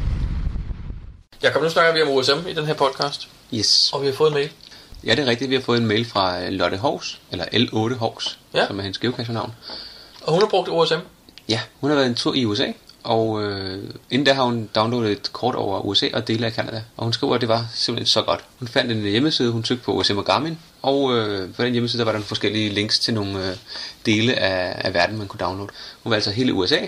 Jakob, nu snakker vi om OSM i den her podcast. Yes. Og vi har fået en mail. Ja, det er rigtigt. Vi har fået en mail fra Lotte Hovs, eller L8 Hovs, som er hendes geocache-navn. Og hun har brugt OSM? Ja, hun har været en tur i USA, og inden da har hun downloadet et kort over USA og dele af Canada. Og hun skriver, at det var simpelthen så godt. Hun fandt en hjemmeside, hun søgte på OSM og Garmin, og på den hjemmeside der var der forskellige links til nogle dele af verden, man kunne downloade. Hun var altså hele USA,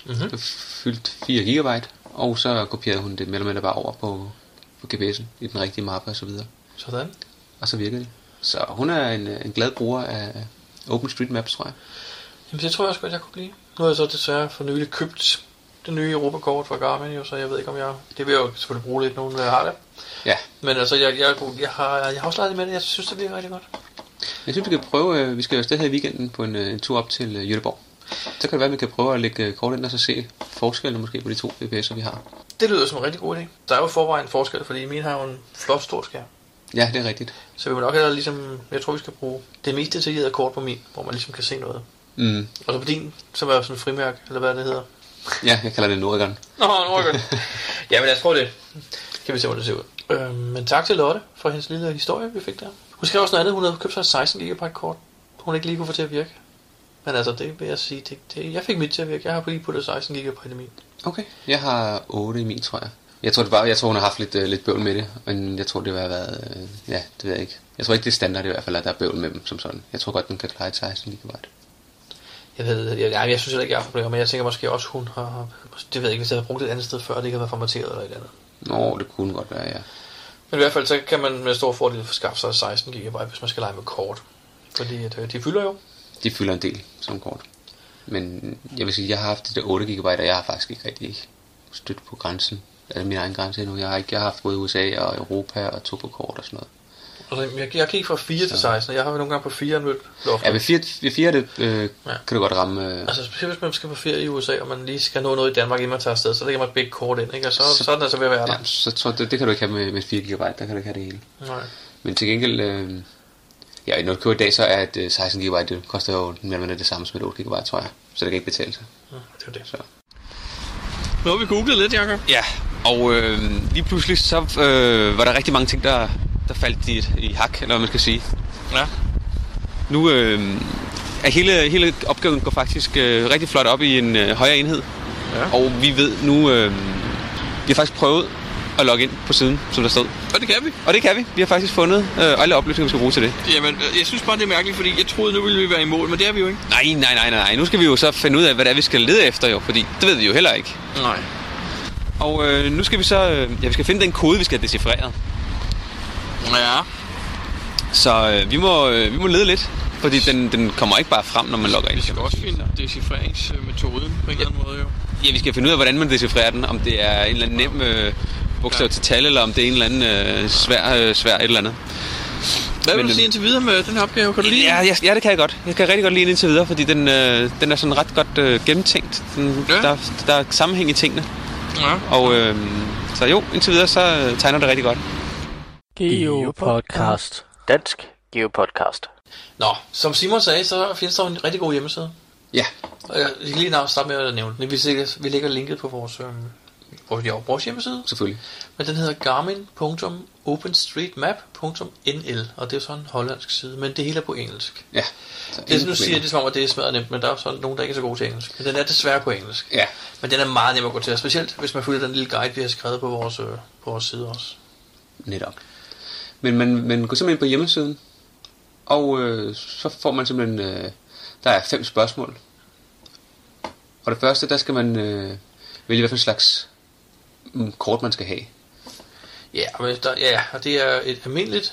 fyldt 4 gigabyte, og så kopierede hun det mere eller mindre bare over på GPS'en i den rigtige mappe og så videre. Sådan. Og så virker det. Så hun er en glad bruger af OpenStreetMaps, tror jeg. Jamen det tror jeg også godt, jeg kunne blive. Nu har jeg så desværre for nylig købt det nye Europakort fra Garmin, jo, så jeg ved ikke om jeg... Det vil jeg jo selvfølgelig bruge lidt nu, når jeg har det. Ja. Men altså, jeg har også leget med det. Jeg synes, det bliver rigtig godt. Jeg synes, vi kan prøve... Vi skal jo afsted her i weekenden på en tur op til Göteborg. Så kan det være, at vi kan prøve at lægge kort ind og så se forskellen måske på de 2 GPS'er, vi har. Det lyder som en rigtig god idé. Der er jo forvejen forskel, fordi min har jo en flot stor skærm. Ja, det er rigtigt. Så vi må nok have ligesom... Jeg tror, vi skal bruge det mest detaljerede kort på min, hvor man ligesom kan se noget. Mm. Og så på din, som er sådan en frimærk, eller hvad det hedder. Ja, jeg kalder det Nordgon. Nå, Nordgon. Ja, men lad os prøve det. Kan vi se, hvordan det ser ud. Men tak til Lotte for hendes lille historie, vi fik der. Hun skrev også noget andet. Hun havde købt sig et 16 GB kort. hun ikke lige kunne få til at virke. Men altså, det vil jeg sige, jeg fik mit til at virke. Jeg har lige puttet 16 GB i min. Okay, jeg har 8 i min, tror jeg. Jeg tror hun har haft lidt bøvl med det, men jeg tror, det har været, det ved jeg ikke. Jeg tror ikke, det er standard i hvert fald, at der er bøvl med dem som sådan. Jeg tror godt, den kan klare 16 GB. Jeg synes heller ikke, jeg har problemer, men jeg tænker måske også, hun har, det ved jeg ikke, hvis jeg havde brugt det et andet sted før, det ikke havde været formateret eller et eller andet. Nå, det kunne godt være, ja. Men i hvert fald, så kan man med stor fordel skaffe sig 16 GB, hvis man skal lege med kort. Fordi de fylder jo. De fylder en del som kort. Men jeg vil sige, jeg har haft det der 8 GB, og jeg har faktisk ikke rigtig stødt på grænsen. Altså min egen grænse endnu. Jeg har haft både USA og Europa og 2 på kort og sådan noget. Altså, jeg gik fra 4 til 16, jeg har nogle gange på 4 mødt loftet. Ja, ved 4 det, kan du godt ramme. Altså specielt hvis man skal på 4 i USA, og man lige skal nå noget i Danmark, inden man tager afsted, så lægger man begge kort ind, ikke? Og så er den altså ved at være der. Ja, så tror jeg, det kan du ikke have med 4 GB, der kan du ikke have det hele. Nej. Men til gengæld, når du køber i dag, så er det 16 GB, det koster jo mere det samme som et 8 GB, tror jeg. Så det kan ikke betale sig. Ja, det er det. Så. Nu har vi googlet lidt, Jacob. Ja, og lige pludselig så var der rigtig mange ting, der faldt i hak, eller hvad man skal sige. Ja. Nu er hele opgaven går faktisk rigtig flot op i en højere enhed. Ja. Og vi ved nu, vi har faktisk prøvet at logge ind på siden, som der stod. Og det kan vi. Vi har faktisk fundet alle oplysninger, vi skal bruge til det. Jamen, jeg synes bare, det er mærkeligt, fordi jeg troede, nu ville vi være i mål, men det er vi jo ikke. Nej. Nu skal vi jo så finde ud af, hvad det er, vi skal lede efter jo, fordi det ved vi jo heller ikke. Nej. Og nu skal vi så, vi skal finde den kode, vi skal have decifreret. Ja. Så vi må lede lidt, fordi den kommer ikke bare frem, når man logger ind. Vi skal også finde decifreringsmetoden på en eller anden måde jo. Ja, vi skal finde ud af, hvordan man decifrerer den, om det er en eller anden nem bogstav til tal, eller om det er en eller anden svær et eller andet. Hvad vil du sige indtil videre med den her opgave? Kan du lide? Ja, det kan jeg godt. Jeg kan rigtig godt lide den indtil videre, fordi den er sådan ret godt gennemtænkt. Der er sammenhæng i tingene. Ja. Og så jo, indtil videre, så tegner det rigtig godt. GeoPodcast. Dansk GeoPodcast. Nå, som Simon sagde, så findes der en rigtig god hjemmeside. Ja. Og jeg kan lige starte med at nævne den. Vi lægger linket på vores hjemmeside. Selvfølgelig. Men den hedder garmin.openstreetmap.nl, og det er sådan en hollandsk side, men det hele er på engelsk. Ja. Det nu siger det som om, at det er smadret nemt, men der er sådan nogen, der ikke er så gode til engelsk. Men den er desværre på engelsk. Ja. Men den er meget nem at gå til, specielt hvis man følger den lille guide, vi har skrevet på vores side også. Netop. Men man går simpelthen på hjemmesiden, og så får man simpelthen, der er 5 spørgsmål. Og det første, der skal man vælge, hvad for en slags kort man skal have. Ja, og det er et almindeligt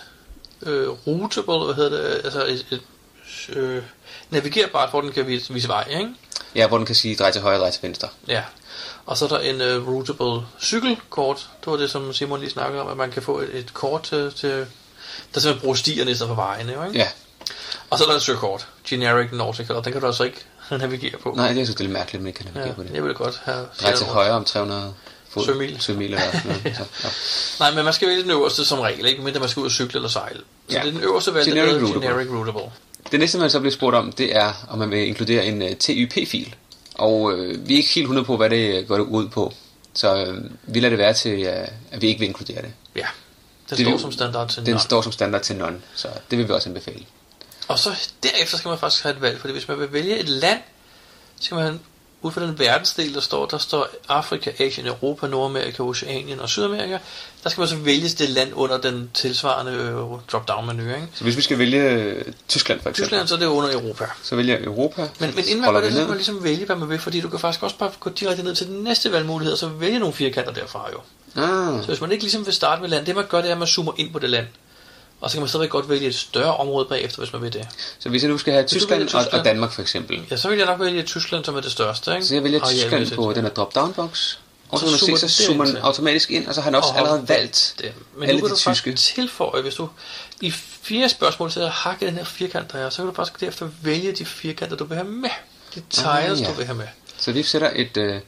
routable, altså et navigerbart, hvor den kan vise vej, ikke? Ja, hvor den kan sige drej til højre, drej til venstre. Ja, og så er der en routable cykelkort. Det var det, som Simon lige snakkede om, at man kan få et kort til der simpelthen bruger stierne i stedet for vejene, ikke? Ja. Og så er der et søkort, Generic Nautical, og den kan du altså ikke navigere på. Nej, det er så lidt mærkeligt, at man ikke kan navigere på det. Jeg vil godt have... Drej til højre om 300 sømil eller sådan noget. Ja. Nej, men man skal vælge den øverste som regel, ikke? Mindre man skal ud og cykle eller sejle. Så det er den øverste valg, der hedder Generic Routable. Det næste, man så bliver spurgt om, det er, om man vil inkludere en TYP-fil. Og vi er ikke helt 100 på, hvad det går ud på. Så vi lader det være til, at vi ikke vil inkludere det. Ja, den står som standard til none. Den står som standard til none, så det vil vi også anbefale. Og så derefter skal man faktisk have et valg, fordi hvis man vil vælge et land, så skal man ud fra den verdensdel, der står Afrika, Asien, Europa, Nordamerika, Oceanien og Sydamerika. Der skal man så vælge det land under den tilsvarende drop-down-menu, ikke? Så hvis vi skal vælge Tyskland for eksempel. Tyskland, så er det under Europa. Så vælger Europa. Men inden man det, så kan man ligesom vælge, hvad man vil, fordi du kan faktisk også bare gå direkte ned til den næste valgmulighed, og så vælge nogle firkanter derfra jo. Så hvis man ikke ligesom vil starte med land, det man gør, det er, at man zoomer ind på det land. Og så kan man stadigvæk godt vælge et større område bagefter, hvis man vil det. Så hvis jeg nu skal have Tyskland og Danmark for eksempel. Ja, så vil jeg nok vælge Tyskland, som er det største, ikke? Så jeg vælger Tyskland på den her drop-down-boks. Og så zoomer den automatisk ind, og så har den også allerede valgt det. Men nu kan du faktisk tilføje, hvis du i 4 spørgsmål sidder og hakker den her firkant, der er, så kan du faktisk derefter vælge de firkanter, du vil have med. De tiles, du vil have med. Så vi sætter et...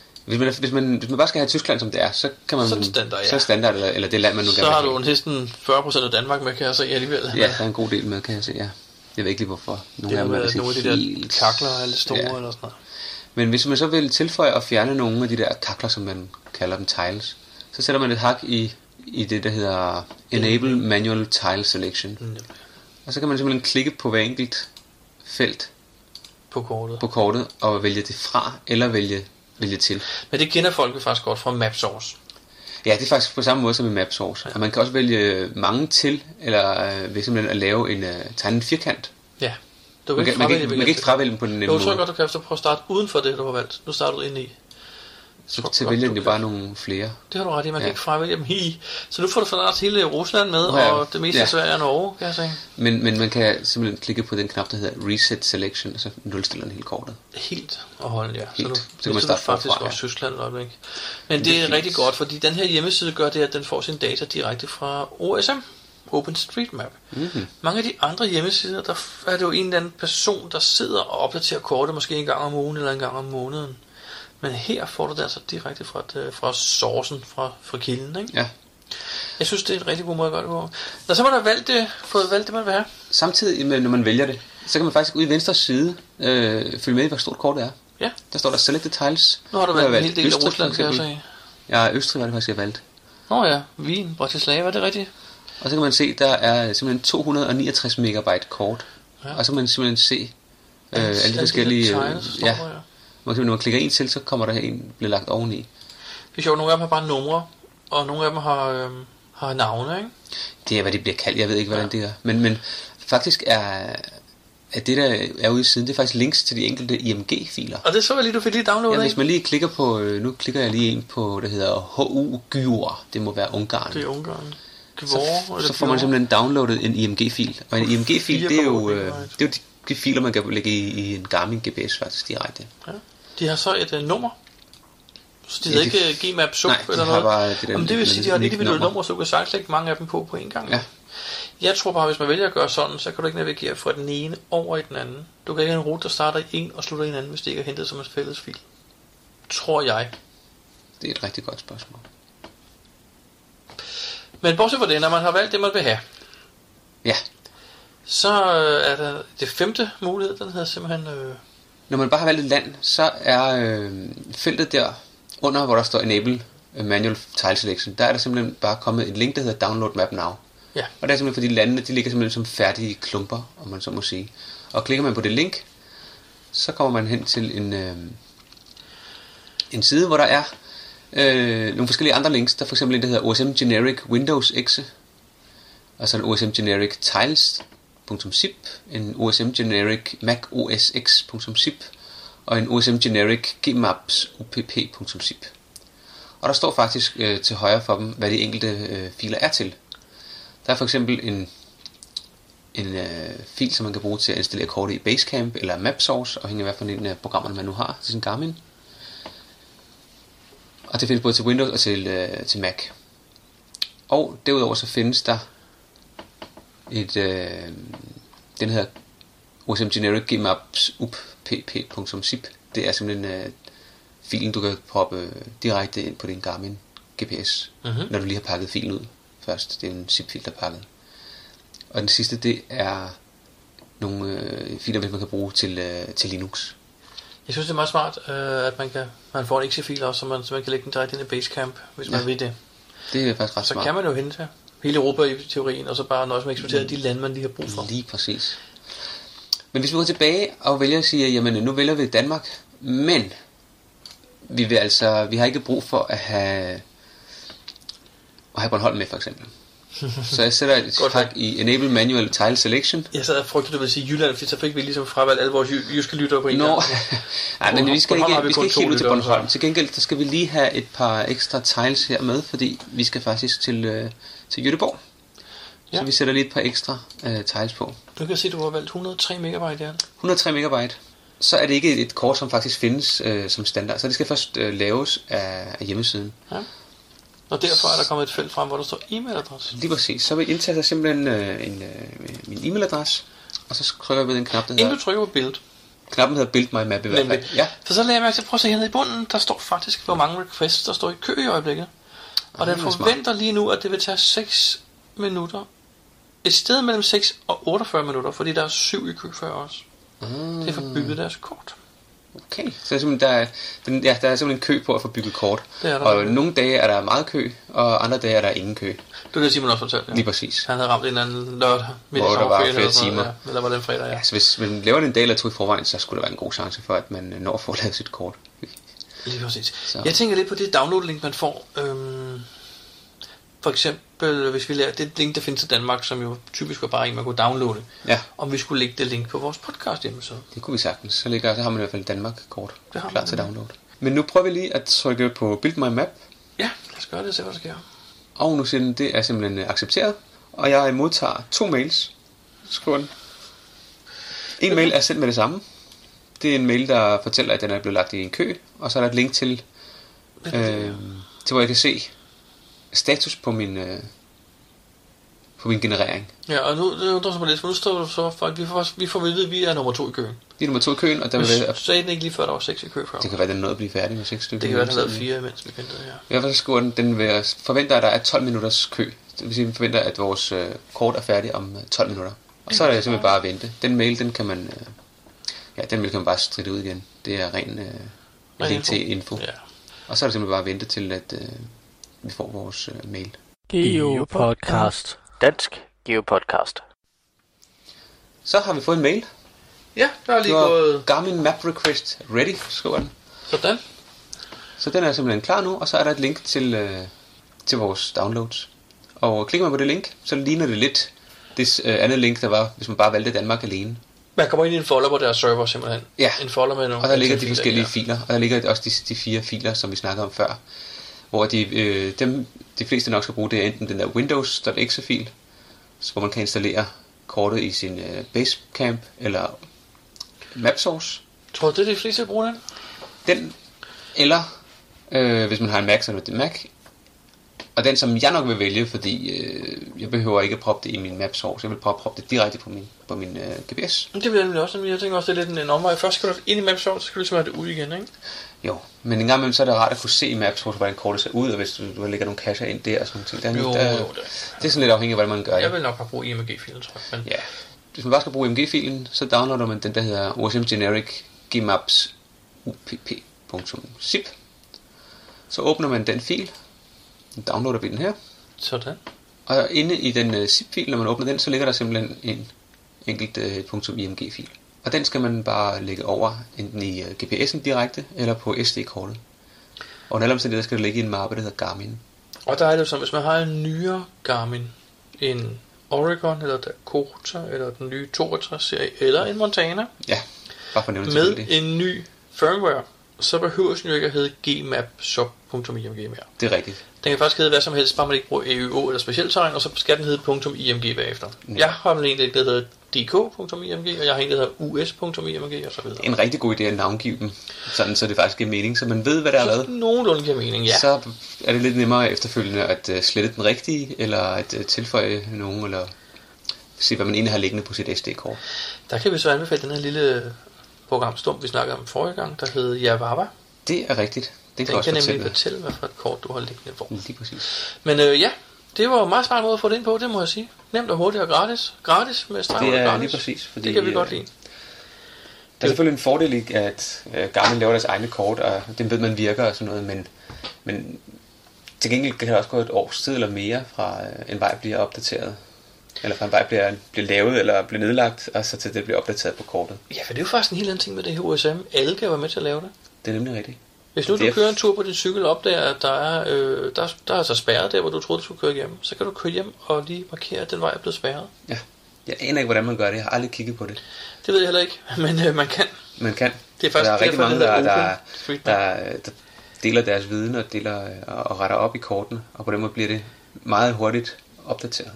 Hvis man bare skal have Tyskland som det er, så kan man... Så er det standard, ja. Så er standard, eller det land, man nu gerne vil have. Så har du næsten 40% af Danmark med, kan jeg se alligevel. Ja, der er en god del med, kan jeg se, ja. Jeg ved ikke lige hvorfor. Nogle af de der kakler er lidt store, eller sådan noget. Men hvis man så vil tilføje og fjerne nogle af de der kakler, som man kalder dem tiles, så sætter man et hak i det, der hedder Enable Manual Tile Selection. Og så kan man simpelthen klikke på hver enkelt felt på kortet og vælge det fra eller vælge til. Men det kender folk jo faktisk godt fra MapSource. Ja, det er faktisk på samme måde som i MapSource. Ja. Og man kan også vælge mange til, eller ved simpelthen at lave tegne en firkant. Ja. Man kan ikke fravælge dem på den nemme måde. Jeg tror godt, du kan prøve at starte uden for det, du har valgt. Nu starter du ind i. Så vælger den jo bare nogle flere. Det har du ret i, man kan ikke fravælge dem i. Så nu får du forladt hele Rusland med, og det meste af Sverige og Norge, kan jeg sige. Men man kan simpelthen klikke på den knap, der hedder Reset Selection, og så nulstiller den hele kortet. Helt og holden, ja. Helt. Så kan man starte faktisk også Tyskland et øjeblik. Men det er rigtig godt, fordi den her hjemmeside gør det, at den får sine data direkte fra OSM. OpenStreetMap. Mm-hmm. Mange af de andre hjemmesider, der er det jo en eller anden person, der sidder og opdaterer kortet, måske en gang om ugen eller en gang om måneden. Men her får du det altså direkte fra sourcen, fra kilden, ikke? Ja. Jeg synes, det er en rigtig god måde at gøre det på. Når så man har fået valgt det, man vil have. Samtidig med, når man vælger det, så kan man faktisk ude i venstre side følge med i, hvor stort kortet er. Ja. Der står der Selected Tiles. Nu har du valgt en hel del af Rusland, kan jeg sige. Ja, Østrig var det faktisk, jeg valgt. Ja, Wien, Bratislava, er det rigtigt? Og så kan man se, der er simpelthen 269 megabyte kort. Ja. Og så kan man simpelthen se alle de forskellige... Når man klikker en til, så kommer der en bliver lagt oveni. Det er sjovt, nogle af dem har bare numre, og nogle af dem har navne, ikke? Det er, hvad det bliver kaldt. Jeg ved ikke, hvordan det er. Men faktisk er det, der er ude i siden, det er faktisk links til de enkelte IMG-filer. Og det så jeg lige, du fik lige downloadet, ja, hvis man lige klikker på... Nu klikker jeg lige ind på, der hedder HU Gyur. Det må være Ungarn. Det er Ungarn. Så får man simpelthen downloadet en IMG-fil. Og en IMG-fil, det er jo de filer, man kan lægge i en Garmin GPS faktisk direkte. Ja. De har så et nummer. Så de hedder ikke Gmap Sup eller noget. Bare det vil sige, at de har et individuelt nummer, så du kan sagtens lægge mange af dem på en gang. Ja. Jeg tror bare, hvis man vælger at gøre sådan, så kan du ikke navigere fra den ene over i den anden. Du kan ikke have en rute, der starter i en og slutter i en anden, hvis det ikke er hentet som en fælles fil. Tror jeg. Det er et rigtig godt spørgsmål. Men bortset fra det, når man har valgt det, man vil have. Ja. Så er der det femte mulighed, den hedder simpelthen... Når man bare har valgt et land, så er feltet der under, hvor der står Enable Manual Tile Selection, der er der simpelthen bare kommet et link, der hedder Download Map Now. Ja. Og det er simpelthen fordi landene, de ligger simpelthen som færdige klumper, om man så må sige. Og klikker man på det link, så kommer man hen til en side, hvor der er nogle forskellige andre links. Der er for eksempel en, der hedder OSM Generic Windows Exe, og så en OSM Generic Tiles.zip, en OSM Generic Mac OS X.zip og en OSM Generic Gmaps UPP.zip. Og der står faktisk til højre for dem, hvad de enkelte filer er til. Der er for eksempel en fil, som man kan bruge til at installere kortet i Basecamp eller MapSource, afhængig af hvad for en af programmerne man nu har til sin Garmin. Og det findes både til Windows og til Mac. Og derudover så findes der den hedder OSM Generic Gmaps UPP.zip. Det er simpelthen filen, du kan proppe direkte ind på din Garmin GPS, når du lige har pakket filen ud først. Det er en zip-fil, der er pakket. Og den sidste, det er nogle filer, man kan bruge til Linux. Jeg synes, det er meget smart, at man får en exe-fil også, så man kan lægge den direkte ind i Basecamp, hvis man vil det. Det er faktisk ret så smart. Så kan man jo hente hele Europa i teorien, og så bare nøjes med at eksportere de lande, man lige har brug for. Lige præcis. Men hvis vi går tilbage og vælger at sige, jamen nu vælger vi Danmark, men vi har ikke brug for at have Bornholm med for eksempel. Så jeg sætter et hak i Enable Manual Tile Selection. Jeg sad og frygtede, du ville sige Jylland, fordi så fik vi ligesom fravalgt alle vores jyske lyttere på en gang. Nej, men vi skal ikke helt ud til Bornholm. Til gengæld så skal vi lige have et par ekstra tiles her med, fordi vi skal faktisk til Göteborg. Ja. Så vi sætter lige et par ekstra tiles på. Du kan se, at du har valgt 103 megabyte der. 103 megabyte. Så er det ikke et kort, som faktisk findes som standard. Så det skal først laves af hjemmesiden. Ja. Og derfor er der kommet et felt frem, hvor der står e-mailadresse. Lige præcis. Så vil indtaster simpelthen min e-mailadresse, og så trykker jeg ved den knap, der hedder... Inden du trykker på build. Knappen hedder Build My Map i hvert fald. Ja. For så lader jeg mærke til at prøve at se hernede i bunden, der står faktisk, hvor mange requests der står i kø i øjeblikket. Og den forventer lige nu, at det vil tage 6 minutter. Et sted mellem 6 og 48 minutter, fordi der er 7 i kø før os. Det er for bygget deres kort. Okay, så der er simpelthen kø på at få bygget kort. Det er der. Og nogle dage er der meget kø, og andre dage er der ingen kø. Det er det, Simon også fortalte. Ja. Lige præcis. Han havde ramt en eller anden lørdag midt i sommerferien. Hvor der var flere timer. Ja, eller var det en fredag, ja. Så hvis man laver det en dag eller to i forvejen, så skulle der være en god chance for, at man når at få lavet sit kort. Lige præcis. Så. Jeg tænker lidt på det download-link, man får. For eksempel, hvis vi laver det link, der findes i Danmark, som jo typisk var bare en, man kunne downloade. Ja. Om vi skulle lægge det link på vores podcast hjemmeside. Det kunne vi sagtens. Så har man i hvert fald Danmark-kort klar til download. Men nu prøver vi lige at trykke på Build My Map. Ja, lad os gøre det og se, hvad der sker. Og nu siger den, det er simpelthen accepteret. Og jeg modtager 2 mails. Skriver den. En mail er sendt med det samme. Det er en mail, der fortæller, at den er blevet lagt i en kø. Og så er der et link til, hvor jeg kan se status på min generering. Ja, og nu undrer sig på lidt, for nu står du så for, at vi får vide, at vi er nummer 2 i køen. Vi er nummer 2 i køen, og der sagde den ikke lige før, der var 6 i kø før. Det kan være, den nåede at blive færdig med 6 stykker. Det kan være, den har lavet 4, mens vi ventede her. I hvert fald skriver den forventer, at der er 12 minutters kø. Det vil sige, at den forventer, at vores kort er færdig om 12 minutter. Og så er det simpelthen bare at vente. Den mail, den kan man bare stride ud igen. Det er ren link til info. Ja. Og så er det simpelthen bare at vente til, at vi får vores mail. GeoPodcast. Dansk GeoPodcast. Så har vi fået en mail. Ja, der er lige gået... Garmin Map Request Ready, skriver den. Sådan. Så den er simpelthen klar nu, og så er der et link til vores downloads. Og klikker man på det link, så ligner det lidt det andet link, der var, hvis man bare valgte Danmark alene. Man kommer ind i en folder på deres server simpelthen. Ja, en folder med nogle og der ligger de forskellige filer, og der ligger også de 4 filer, som vi snakkede om før. Hvor de fleste nok skal bruge, det er enten den der Windows.exe-fil, hvor man kan installere kortet i sin Basecamp, eller MapSource. Tror du, det er de fleste, der bruger den? Eller, hvis man har en Mac, så er det en Mac. Og den, som jeg nok vil vælge, fordi jeg behøver ikke at proppe det i min MapSource. Jeg vil prøve at proppe det direkte på min GPS. Det vil jeg nemlig også. Jeg tænker også, det er lidt en omvej. Først skal du ind i MapSource, så skal du ligesom have det ud igen, ikke? Jo, men en gang imellem, så er det rart at kunne se i MapSource, hvordan kortet ser ud, og hvis du lægger nogle cacher ind der og sådan noget. Det er sådan lidt afhængigt af, hvordan man gør. Jeg vil nok bare bruge IMG-filen, tror jeg. Men... Ja, hvis man bare skal bruge IMG-filen, så downloader man den, der hedder OSM Generic Gmaps upp.zip. Så åbner man den fil. Downloader vi den her. Sådan. Og inde i den zip-fil, når man åbner den, så ligger der simpelthen en enkelt .img-fil. Og den skal man bare lægge over, enten i GPS'en direkte, eller på SD-kortet. Og under alle omstændigheder skal det ligge i en mappe, der hedder Garmin. Og der er det sådan, hvis man har en nyere Garmin, en Oregon, eller Dakota, eller den nye 62-serie, eller en Montana, ja, bare for nævne med en ny firmware, så behøver den jo ikke at hedde gmap.sub.img mere. Det er rigtigt. Den kan faktisk hedde hvad som helst, bare man ikke bruger EUO eller specielt terræn, og så skal den hedde .img bagefter. Ja. Jeg har en der hedder dk.img, og jeg har en der hedder us.img og så videre. En rigtig god idé at navngive dem, sådan så det faktisk giver mening, så man ved hvad der er lavet. Nogenlunde giver mening, ja. Så er det lidt nemmere efterfølgende at slette den rigtige, eller at tilføje nogen, eller se hvad man egentlig har liggende på sit SD-kort. Der kan vi så anbefale den her lille programstump, vi snakkede om forrige gang, der hed Java. Det er rigtigt. Den kan nemlig fortælle, hvad for et kort du har liggende på. Lige præcis. Men ja, det var en meget smart måde at få det ind på, det må jeg sige. Nemt og hurtigt og gratis. Gratis med streg. Det er lige præcis. Fordi, det kan vi godt lide. Der er selvfølgelig en fordel i, at Garmin laver deres egne kort, og den ved man virker og sådan noget, men til gengæld kan det også gå et års tid eller mere fra en vej bliver opdateret. Eller fra en vej bliver lavet eller bliver nedlagt, og så til det bliver opdateret på kortet. Ja, for det er jo faktisk en helt anden ting med det her USM. Alle kan være med til at lave det. Det er nemlig rigtigt. Hvis nu du kører en tur på din cykel op der, at der er altså spærret der, hvor du troede, du skulle køre hjem, så kan du køre hjem og lige markere, at den vej er blevet spærret. Ja, jeg aner ikke, hvordan man gør det. Jeg har aldrig kigget på det. Det ved jeg heller ikke, men man kan. Man kan. Det er faktisk der er rigtig mange, der deler deres viden og og retter op i kortene, og på den måde bliver det meget hurtigt opdateret.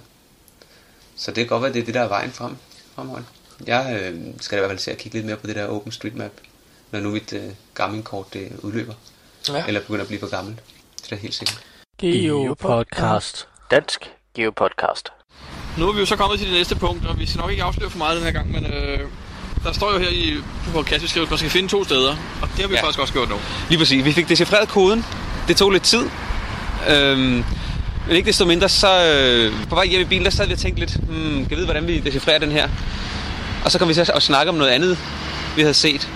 Så det kan godt være, det er det, der er vejen fremover. Jeg skal i hvert fald se at kigge lidt mere på det der OpenStreetMap, når nu mit Garmin-kort det udløber. Ja. Eller begynder at blive for gammelt. Det er helt sikkert. GeoPodcast. Dansk GeoPodcast. Nu er vi jo så kommet til det næste punkt, og vi skal nok ikke afsløre for meget den her gang, men der står jo her i podcast, at man skal finde 2 steder, og det har vi faktisk også gjort nu. Lige præcis. Vi fik decifreret koden. Det tog lidt tid. Men ikke desto mindre, så på vej hjem i bilen, der sad vi og tænkte lidt, kan jeg vide, hvordan vi decifrerer den her? Og så kom vi til at snakke om noget andet, vi havde set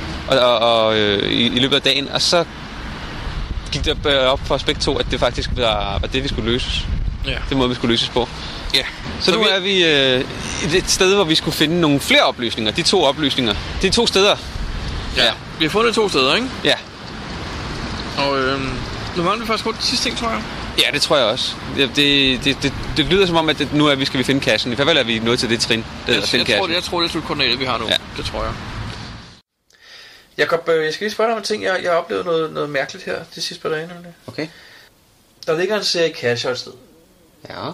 i løbet af dagen, og så gik det op for os begge to, at det faktisk var det, vi skulle løse. Ja. Det må vi skulle løses på. Ja. Så nu er vi et sted, hvor vi skulle finde nogle flere oplysninger. De 2 oplysninger. De 2 steder. Ja. Vi har fundet 2 steder, ikke? Ja. Og nu mangler vi faktisk kun de sidste ting, tror jeg. Ja, det tror jeg også. Det lyder som om, at nu skal vi finde kassen. I hvert fald er vi nået til det trin, der at finde kassen. Jeg tror, det er slutkoordinatet, vi har nu. Ja. Det tror jeg. Jakob, jeg skal lige spørge dig om en ting. Jeg har oplevet noget mærkeligt her de sidste par dage. Nemlig. Okay. Der ligger en serie kasser et sted. Ja.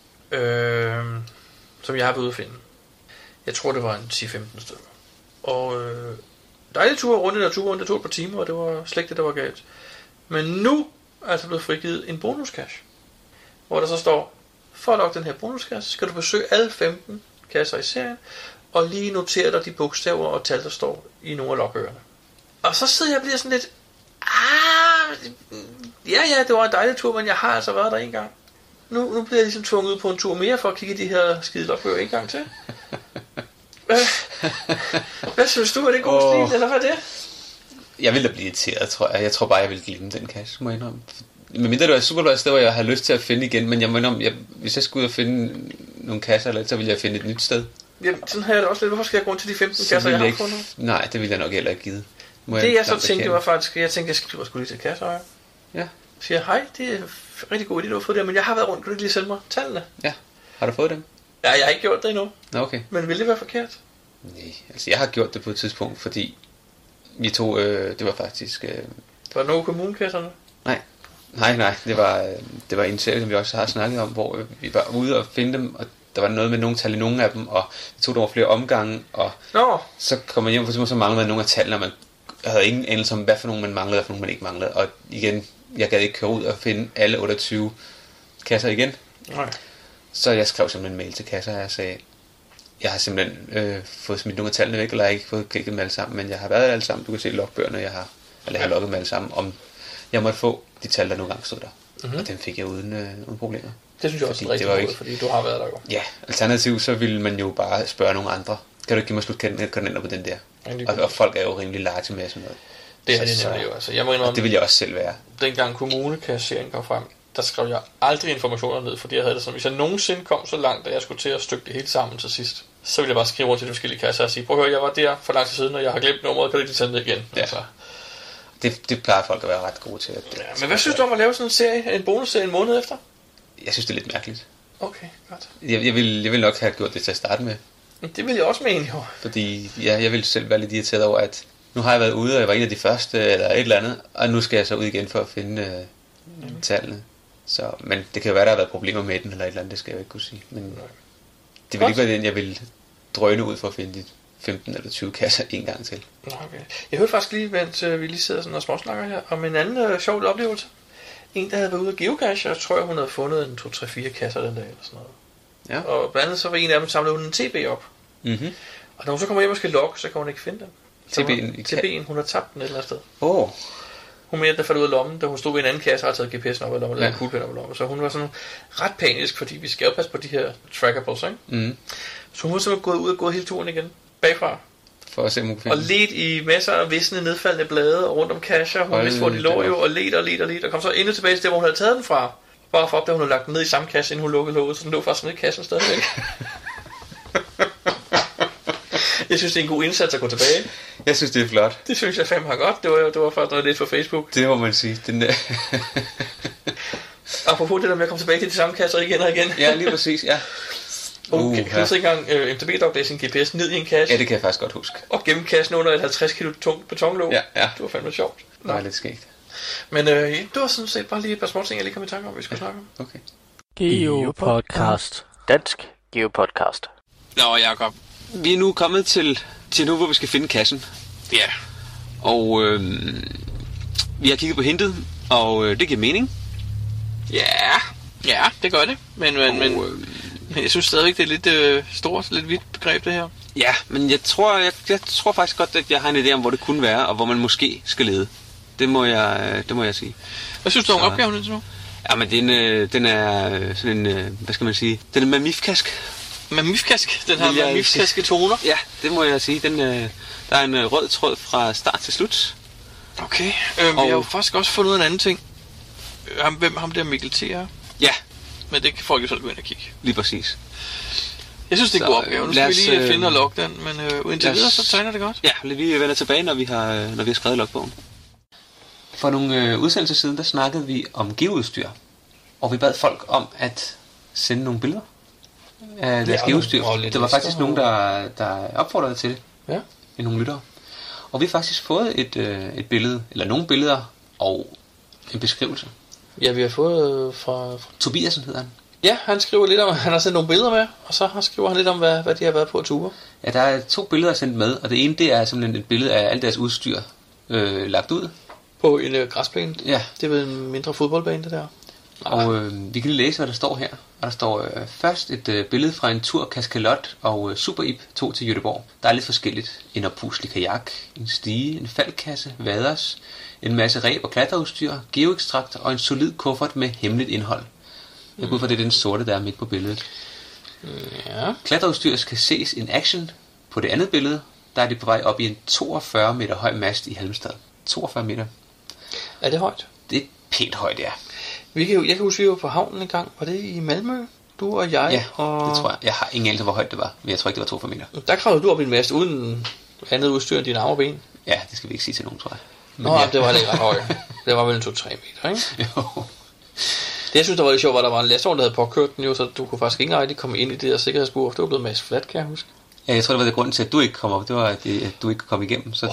Som jeg har været ude at finde. Jeg tror, det var en 10-15 stykker. Og dejlig tur rundt i naturen. Det tog et par timer, og det var slet ikke det, der var galt. Men nu er altså blevet frigivet en bonuskasse, hvor der så står, for at logge den her bonuskasse, skal du besøge alle 15 kasser i serien, og lige notere dig de bogstaver og tal, der står i nogle af logbøgerne. Og så sidder jeg og bliver sådan lidt, ja, det var en dejlig tur, men jeg har altså været der en gang. Nu bliver jeg ligesom tvunget ud på en tur mere, for at kigge i de her skide logbøger en gang til. Hvad synes du, er det god stil, eller hvad er det? Jeg ville da blive irriteret, tror jeg. Jeg tror bare, jeg ville glemme den kasse, må jeg indrømme. Men mindre det var et superblot sted, hvor jeg har lyst til at finde igen, men jeg må indrømme, hvis jeg skulle ud og finde nogle kasser, eller så ville jeg finde et nyt sted. Jamen, sådan har jeg det også lidt. Hvorfor skal jeg gå til de 15 kasser, jeg har fundet? Nej, det ville jeg nok heller ikke give. Det jeg så tænkte, var faktisk, jeg skriver sgu lige til kasser. Ja. Jeg siger, hej, det er rigtig god idé, du har fået det, men jeg har været rundt, kan du ikke lige sende mig tallene? Ja, har du fået dem? Ja, jeg har ikke gjort det endnu. Nå, okay. Men vil det være forkert? Nej, altså jeg har gjort det på et tidspunkt, fordi vi tog, det var faktisk... Var det nogle kommunekasserne? Nej, det var en serie, som vi også har snakket om, hvor vi var ude og finde dem, og der var noget med nogle tal i nogle af dem, og det tog over flere omgange, og så kom man hjem, for så manglede man nogle af tallene, og man havde ingen anelse om, hvad for nogle man manglede, og hvad for nogle man ikke manglede, og igen, jeg gad ikke køre ud og finde alle 28 kasser igen. Nej. Så jeg skrev simpelthen en mail til kasser, og jeg sagde, jeg har simpelthen fået smidt nogle af tallene væk, eller jeg har ikke fået kigget dem alle sammen, men jeg har været alle sammen, du kan se logbøgerne, jeg har logget dem alle sammen, om jeg måtte få de tal, der nogle gange stod der. Og dem fik jeg uden problemer. Det synes jeg også er rigtig godt, fordi du har været der jo. Ja, alternativt så ville man jo bare spørge nogle andre. Kan du ikke give mig slutkalender på den der? Og folk er jo rimelig large med sådan noget. Det er det nemlig jo. Altså, jeg må indrømme, det vil jeg også selv være. Dengang kommunekasseringen kom frem, der skrev jeg aldrig informationer ned, fordi jeg havde det sådan, hvis jeg nogensinde kom så langt, at jeg skulle til at stykke det hele sammen til sidst, så ville jeg bare skrive rundt til de forskellige kasser og sige, prøv at høre, jeg var der for lang tid siden, og jeg har glemt nummeret, kan du ikke sende det igen? Ja. Altså. Det plejer folk at være ret gode til. Men hvad synes du om at lave sådan en serie, en bonusserie en måned efter? Jeg synes, det er lidt mærkeligt. Okay, godt. Jeg vil nok have gjort det til at starte med. Det vil jeg også mene, jo. Fordi jeg vil selv være lidt irriteret over, at nu har jeg været ude, og jeg var en af de første, eller et eller andet, og nu skal jeg så ud igen for at finde tallene. Så, men det kan jo være, der har været problemer med den, eller et eller andet, det skal jeg jo ikke kunne sige. Men det vil ikke være den, jeg vil drøne ud for at finde de 15 eller 20 kasser en gang til. Okay. Jeg hørte faktisk lige, mens vi lige sidder sådan og småsnakker her, om en anden sjov oplevelse. En, der havde været ude af geocache, jeg tror, hun havde fundet en 2-3-4 kasser den dag, eller sådan noget. Ja. Og blandt andet så var en af dem samlet hun en TB op. Mm-hmm. Og når hun så kommer hjem og skal logge, så kan hun ikke finde den. TB'en, hun har tabt den et eller andet sted. Hun mente, at der faldt ud af lommen, da hun stod ved en anden kasse og havde taget GPS'en op af lommen, eller en kuglepen op af lommen. Så hun var sådan ret panisk, fordi vi skal jo passe på de her trackables, ikke? Mm. Så hun var simpelthen gået ud og gået hele turen igen, bagfra. For at se, hun og ledt i masser af visne nedfaldende blade og rundt om kasser. Hun vidste, hvor de lå jo, og ledt. Og kom så endnu tilbage til det, hvor hun havde taget den fra. Bare for at opdage, hun havde lagt den ned i samme kasse, inden hun lukkede låget, så den lå faktisk ned i kassen stadigvæk. Jeg synes, det er en god indsats at gå tilbage. Jeg synes, det er flot. Det synes jeg fandme har godt. Det var faktisk noget lidt for Facebook. Det må man sige. Apropos det der med at komme tilbage til de samme kasser igen og igen. Ja, lige præcis, ja. Kan du så engang MTB-dog lægge sin GPS ned i en kasse? Ja, det kan jeg faktisk godt huske. Og gemme kassen under et 50 kilo tungt betonlåg? Ja. Det var fandme sjovt. Det var lidt skægt. Men det var sådan set bare lige et par små ting, jeg lige kom i tanke om, vi skulle snakke om. Okay. Geopodcast. Dansk Geopodcast. Nå, Jacob. Vi er nu kommet til nu, hvor vi skal finde kassen. Ja. Og vi har kigget på hintet, og det giver mening. Ja, det gør det. Men jeg synes stadigvæk, det er lidt stort, lidt vidt begreb det her. Ja, men jeg tror faktisk godt, at jeg har en idé om, hvor det kunne være, og hvor man måske skal lede. Det må jeg sige. Hvad synes du om opgaven indtil nu? Ja, men den er sådan en, hvad skal man sige, den er mamifkask. Mamifkask? Den har mamifkaske toner? Ja, det må jeg sige. Der er en rød tråd fra start til slut. Okay, vi har jo faktisk også fundet en anden ting. Hvem ham der Mikkel T. er? Ja, Men det kan folk jo selv gå ind og kigge. Lige præcis. Jeg synes, det er en god opgave. Nu skal vi lige finde og logge den, men indtil videre, så tegner det godt. Ja, vi vender tilbage, når vi har skrevet logbogen. For nogle udsendelser siden, der snakkede vi om geoudstyr. Og vi bad folk om at sende nogle billeder af deres geoudstyr. Der var faktisk nogen, der opfordrede til det. Ja. I nogle lyttere. Og vi har faktisk fået et billede, eller nogle billeder og en beskrivelse. Ja, vi har fået fra Tobiasen hedder han. Ja, han skriver lidt om, han har sendt nogle billeder med, og så skriver han lidt om, hvad de har været på at ture. Ja, der er 2 billeder sendt med, og det ene, det er simpelthen et billede af alt deres udstyr lagt ud. På en græsplæne? Ja. Det er vel en mindre fodboldbane, det der. Og vi kan lige læse, hvad der står her. Og der står først et billede fra en tur Kaskelot og Super Ip 2 til Göteborg. Der er lidt forskelligt. En oppuslig kajak, en stige, en faldkasse, vaders, en masse reb og klatreudstyr, geoekstrakt og en solid kuffert med hemmeligt indhold. Jeg går ud fra, det er den sorte, der er midt på billedet. Ja. Klatreudstyr skal ses in action. På det andet billede, der er de på vej op i en 42 meter høj mast i Halmstad. 42 meter. Er det højt? Det er pænt højt, ja. Jeg kan huske, vi var på havnen en gang. Var det i Malmø? Du og jeg? Ja, og... det tror jeg. Jeg har ingen anelse, hvor højt det var, men jeg tror ikke, det var 42 meter. Der kravede du op i en mast uden andet udstyr end dine arme og ben. Ja, det skal vi ikke sige til nogen, tror jeg. Men ja. Det var heller ikke ret højt. Det var vel en 2-3 meter, ikke? Jo. Det jeg synes, der var lidt sjovt, var, der var en lastvogn, der havde påkørt den jo, så du kunne faktisk ikke rigtig komme ind i det der sikkerhedsbur, for det var blevet masse flat, kan jeg huske. Ja, jeg tror, det var det grunden til, at du ikke kom op. Det var, at du ikke kom igennem. Så,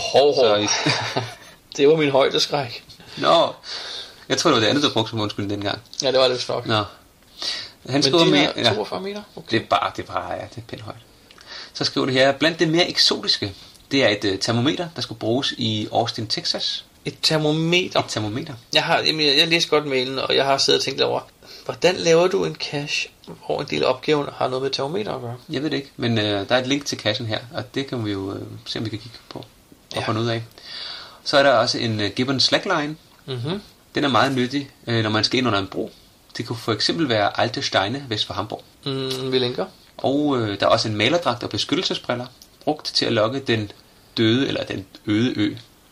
det var min højdeskræk. Nå, jeg tror, det var det andet, du brugte som undskyld dengang. Ja, det var lidt nok. Nå. Han skriver med 42 meter? Okay. Det er bare, det er pænt højt. Så skriver det her, blandt det mere eksotiske, det er et termometer, der skulle bruges i Austin, Texas. Et termometer? Et termometer. Jeg læste godt mailen, og jeg har siddet og tænkt over, hvordan laver du en cache, hvor en del af opgaven har noget med termometer at gøre? Jeg ved det ikke, men der er et link til cachen her, og det kan vi jo se, om vi kan kigge på og få noget af. Så er der også en Gibbon Slackline. Mm-hmm. Den er meget nyttig, når man skal ind under en bro. Det kunne for eksempel være Alte Steine vest for Hamburg. Vi linker. Og der er også en malerdragt og beskyttelsesbriller, brugt til at lokke den døde eller den øde ø.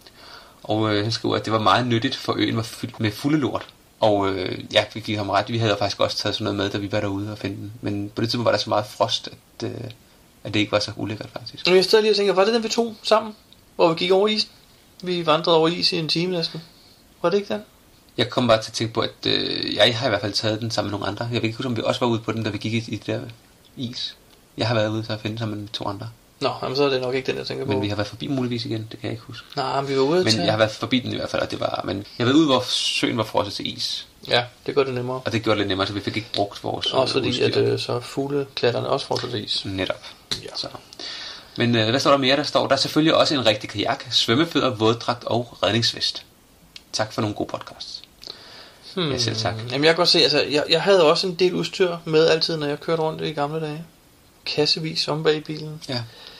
Og han skriver, at det var meget nyttigt, for øen var fyldt med fulde lort. Og ja, vi gik ham ret. Vi havde faktisk også taget sådan noget med, da vi var derude og finde den. Men på det tidspunkt var der så meget frost, at det ikke var så ulækkert faktisk. Men jeg stod lige og tænker, var det den vi tog sammen? Hvor vi gik over isen? Vi vandrede over is i en time næsten. Var det ikke den? Jeg kom bare til at tænke på, at jeg har i hvert fald taget den sammen med nogle andre. Jeg ved ikke huske, om vi også var ude på den, da vi gik i det der is. Jeg har været ude til at finde sammen med 2 andre. Nå, jamen, så er det nok ikke den, jeg tænker på. Men vi har været forbi muligvis igen, det kan jeg ikke huske. Nej, vi var ude til... Men jeg har været forbi den i hvert fald, og det var... Men jeg har været ude, hvor søen var frosset til is. Ja, det gør det nemmere. Og det gjorde det lidt nemmere, så vi fik ikke brugt vores også fordi, at så fugleklatterne også frosset til is. Netop. Ja. Så. Men hvad står der mere? Der er selvfølgelig også en rigtig kajak, svømmefødder, våddragt og redningsvest. Tak for nogle gode podcasts. Ja, selv tak. Jamen jeg kan godt se, altså jeg havde også en del udstyr med altid, når jeg kørte rundt i gamle dage. Kassevis om bag bilen. Ja.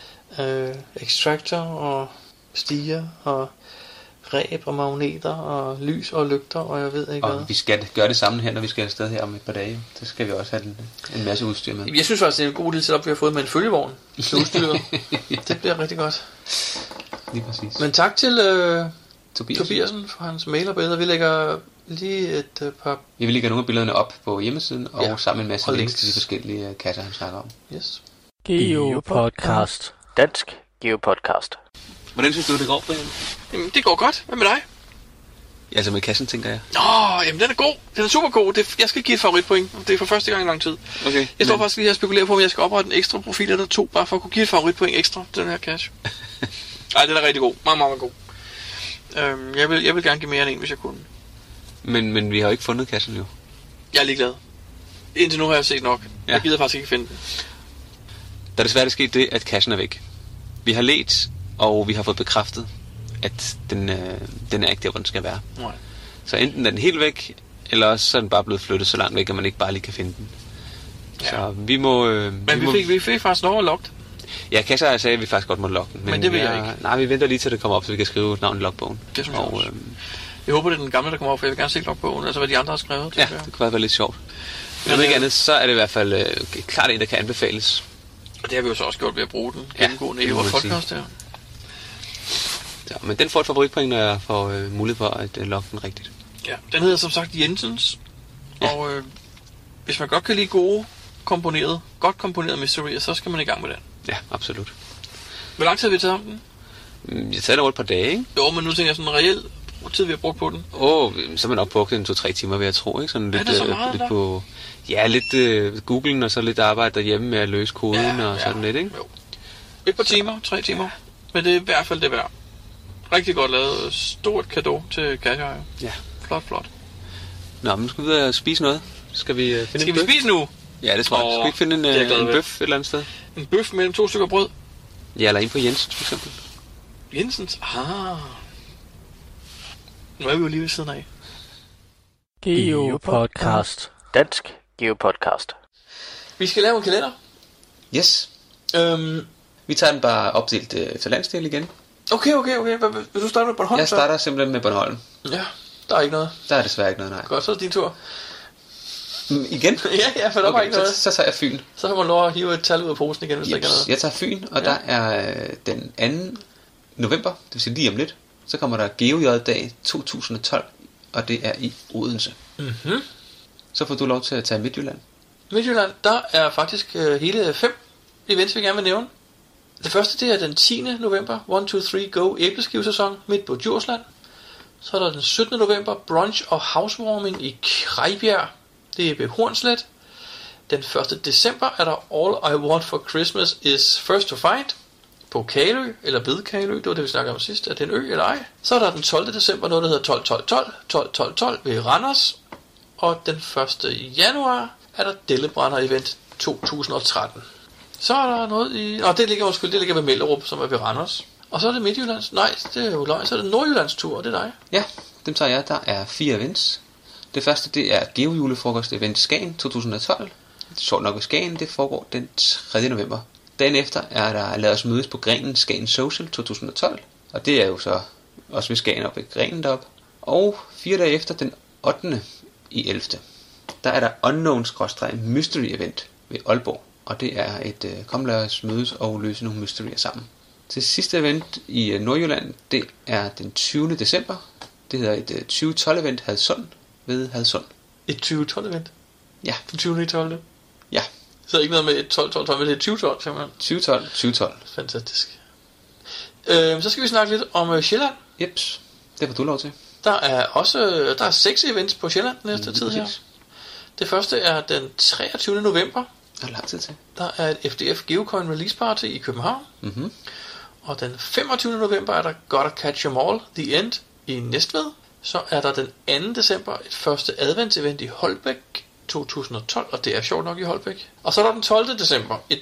Extractor og stiger og ræb og magneter og lys og lygter og jeg ved ikke og hvad. Og vi skal gøre det samme her, når vi skal afsted her om et par dage. Så skal vi også have en masse udstyr med. Jeg synes faktisk, det er en god lille setup, vi har fået med en følgevogn til udstyret. Ja. Det bliver rigtig godt. Lige præcis. Men tak til Tobiasen for hans mail og billeder. Vi lægger lige et par... Vi vil lægge nogle af billederne op på hjemmesiden og sammen en masse links til de forskellige kasser, han snakker om. Yes. Geopodcast. Dansk Geopodcast. Hvordan synes du, det går, Brian? Jamen, det går godt. Hvad med dig? Altså med kassen, tænker jeg. Jamen den er god. Den er super god. Jeg skal give et favoritpoint. Det er for første gang i lang tid. Okay. Jeg står faktisk lige her og spekulerer på, om jeg skal oprette en ekstra profil eller 2, bare for at kunne give et favoritpoint ekstra til den her cache. Ej, den er rigtig god. Meget, meget god. Jeg vil gerne give mere end en, hvis jeg kunne. Men vi har jo ikke fundet kassen jo. Jeg er ligeglad. Indtil nu har jeg set nok. Ja. Jeg gider faktisk ikke finde den. Der er desværre sket det, at kassen er væk. Vi har let, og vi har fået bekræftet, at den er ikke der, hvor den skal være. Nej. Så enten er den helt væk, eller også så er den bare blevet flyttet så langt væk, at man ikke bare lige kan finde den. Ja. Så vi må... vi fik faktisk lov at logge den. Ja, kasser sagde, at vi faktisk godt måtte logge den. Men det vil jeg ikke. Nej, vi venter lige til det kommer op, så vi kan skrive navnet i logbogen. Det synes jeg også. Jeg håber, det er den gamle, der kommer op, for jeg vil gerne se logbogen, altså hvad de andre har skrevet. Ja, det kunne være lidt sjovt. Men ikke andet, så er det i hvert fald klart en, der kan anbefales. Og det har vi jo så også gjort ved at bruge den gennemgående i vores podcast her. Ja, men den får et favoritpoint, når jeg får mulighed for at logge den rigtigt. Ja, den hedder som sagt Jensens, og hvis man godt kan lide godt komponeret mystery, så skal man i gang med den. Ja, absolut. Hvor lang tid har vi taget om den? Jeg tager det over et par dage, ikke? Jo, men nu tænker jeg sådan en reel tid, vi har brugt på den. Så har man nok brugt den 2-3 timer, vil jeg tro, ikke? Sådan lidt, er det så meget, lidt på... Ja, lidt Googlen, og så lidt arbejde derhjemme med at løse koden og sådan lidt, ikke? Jo. Et par timer, 3 timer. Men det er i hvert fald det værd. Rigtig godt lavet. Stort cadeau til Casio. Ja. Flot. Nå, men nu skal vi ud og spise noget. Skal vi spise nu? Ja, det tror jeg. Skal vi ikke finde en bøf et eller andet sted? En bøf mellem 2 stykker brød? Ja, eller en på Jensens, for eksempel. Jensens? Nu er vi jo lige ved siden af. GeoPodcast. Dansk GeoPodcast. Vi skal lave en kalender. Yes. Vi tager den bare opdelt efter landsdel igen. Okay. Vil du starte med Bornholm? Jeg starter simpelthen med Bornholm. Ja, der er ikke noget. Der er desværre ikke noget, nej. Godt, så er det din tur. Igen? Ja, for der var ikke noget. Så tager jeg Fyn. Så får man lov at hive et tal ud af posen igen, hvis der ikke er noget. Jeg tager Fyn, og der er den 2. november, det vil sige lige om lidt, så kommer der GeoJ-dag 2012, og det er i Odense. Mhm. Så får du lov til at tage Midtjylland. Midtjylland, der er faktisk hele 5 events, vi gerne vil nævne. Det første, det er den 10. november, 1, 2, 3, Go æbleskivesæson midt på Djursland. Så er der den 17. november, brunch og housewarming i Krejbjerg. Det er ved Hornslet. Den 1. december er der All I Want for Christmas is First to Find på Kalø, eller ved Kalø, det var det vi snakkede om sidst, er det en ø eller ej. Så er der den 12. december noget, der hedder 12-12-12 ved Randers. Og den 1. januar er der Dellebrænder Event 2013. Så er der noget i... det ligger ved Mellerup, som er ved Randers. Og så er det Midtjyllands... Nej, det er jo løgn. Så er det Nordjyllands tur, og det er dig. Ja, dem tager jeg. Der er 4 events. Det første, det er Geo-julefrokost event Skagen 2012. Sjovt nok i Skagen, det foregår den 3. november. Dagen efter er der Lad os mødes på Grenen Skagen Social 2012. Og det er jo så også ved Skagen op ved Grenen deroppe. Og 4 dage efter, den 8. i 11. Der er der Unknown-mystery event ved Aalborg. Og det er et kom lad os mødes og løse nogle mysterier sammen. Til sidste event i Nordjylland, det er den 20. december. Det hedder et 2012 event Hadsund ved Hadsund. Et 2012 event? Ja. Den 20. i 12. Ja. Så ikke noget med et 12-12, men det er 2012 simpelthen. 2012. Fantastisk. Så skal vi snakke lidt om Sjælland. Jeps, det får du lov til. Der er 6 events på Sjælland næste tid her. Det første er den 23. november. Der er lang tid til. Der er et FDF Geocoin Release Party i København. Mm-hmm. Og den 25. november er der Gotta Catch 'Em All, The End i Næstved. Så er der den 2. december et første adventsevent i Holbæk 2012, og det er sjovt nok i Holbæk. Og så er der den 12. december et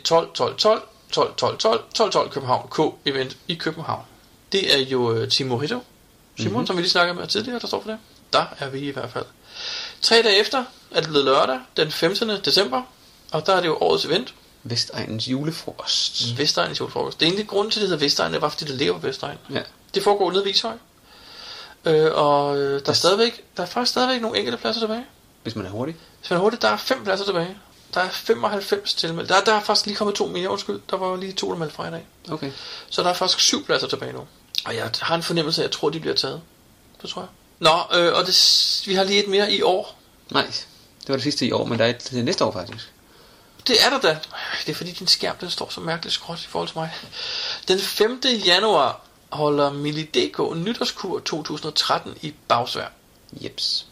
12-12-12 København K-event i København. Det er jo Timorito. Simon, som vi lige snakkede med tidligere, der står for det. Der er vi i hvert fald. 3 dage efter er det blevet lørdag, den 15. december, og der er det jo årets event. Vestegnens julefrokost. Vestegnens julefrokost. Det er egentlig grunden til, at det hedder Vestegn, det var fordi det ligger på Vestegn. Ja. Det foregår nede i Vishøj. Og der er faktisk stadigvæk nogle enkelte pladser tilbage. Hvis man er hurtig. Hvis man er hurtig, der er 5 pladser tilbage. Der er 95 tilmeldt. Der er faktisk lige kommet 2 mere, undskyld. Der var lige 2, der meldte fra i dag. Okay. Så der er faktisk 7 pladser tilbage nu. Og jeg har en fornemmelse af, at jeg tror, de bliver taget. Det tror jeg. Og vi har lige et mere i år. Nej, det var det sidste i år, men der er et til næste år faktisk. Det er der da. Det er fordi din skærm, den står så mærkeligt skråt i forhold til mig. Den 5. januar holder MilliDK nytårskur 2013 i Bagsværd. Jeps.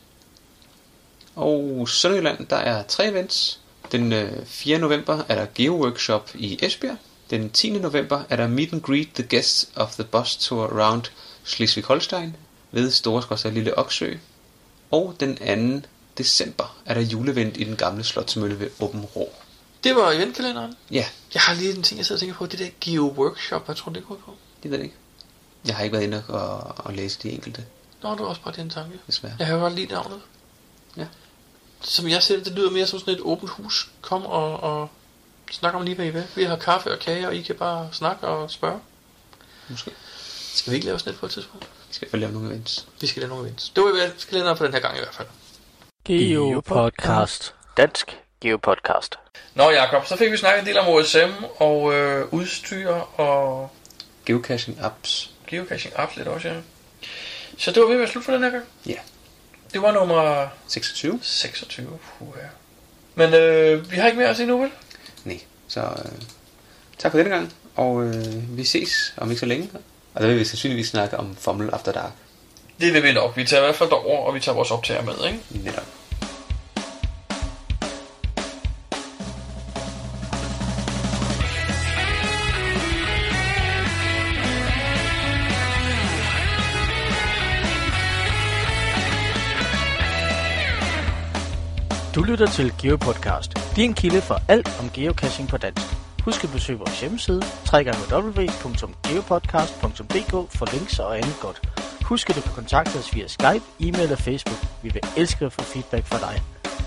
Og Sønderjylland, der er 3 events. Den 4. november er der Geo-workshop i Esbjerg. Den 10. november er der Meet and Greet the Guests of the Bus Tour Around Schleswig-Holstein ved Store Lille Oksø. Og den 2. december er der juleevent i den gamle slotsmølle ved Åben Rå. Det var eventkalenderen? Ja. Jeg har lige en ting, jeg sidder og tænker på. Det der Geo-workshop, hvad tror du, det går på? Det ved jeg ikke. Jeg har ikke været inde og læse de enkelte. Nå, det var også bare din tanke. Desværre. Jeg har jo godt lide navnet. Ja. Som jeg ser det lyder mere som sådan et åbent hus. Kom og snak om lige hvad I vil. Vi har kaffe og kage, og I kan bare snakke og spørge. Måske. Skal vi ikke lave sådan et på et tidspunkt? Vi skal lave nogle events. Vi skal lave nogle events. Det var i kalenderen for den her gang i hvert fald. GeoPodcast. Dansk GeoPodcast. Nå Jakob, så fik vi snakket en del om OSM og udstyr og... Geocaching apps. Geocaching apps lidt også, ja. Så det var ved at være slut for den her gang? Ja. Det var nummer... 26. 26, Men vi har ikke mere at sige nu, vel? Nej, så tak for denne gang, og vi ses om ikke så længe. Og der vil vi sandsynligvis snakke om Formel After Dark. Det vil vi nok. Vi tager i hvert fald derover, og vi tager vores optager med, ikke? Netop. Du lytter til GeoPodcast, din kilde for alt om geocaching på dansk. Husk at besøge vores hjemmeside, www.geopodcast.dk for links og andet godt. Husk at du kan kontakte os via Skype, e-mail og Facebook. Vi vil elske at få feedback fra dig.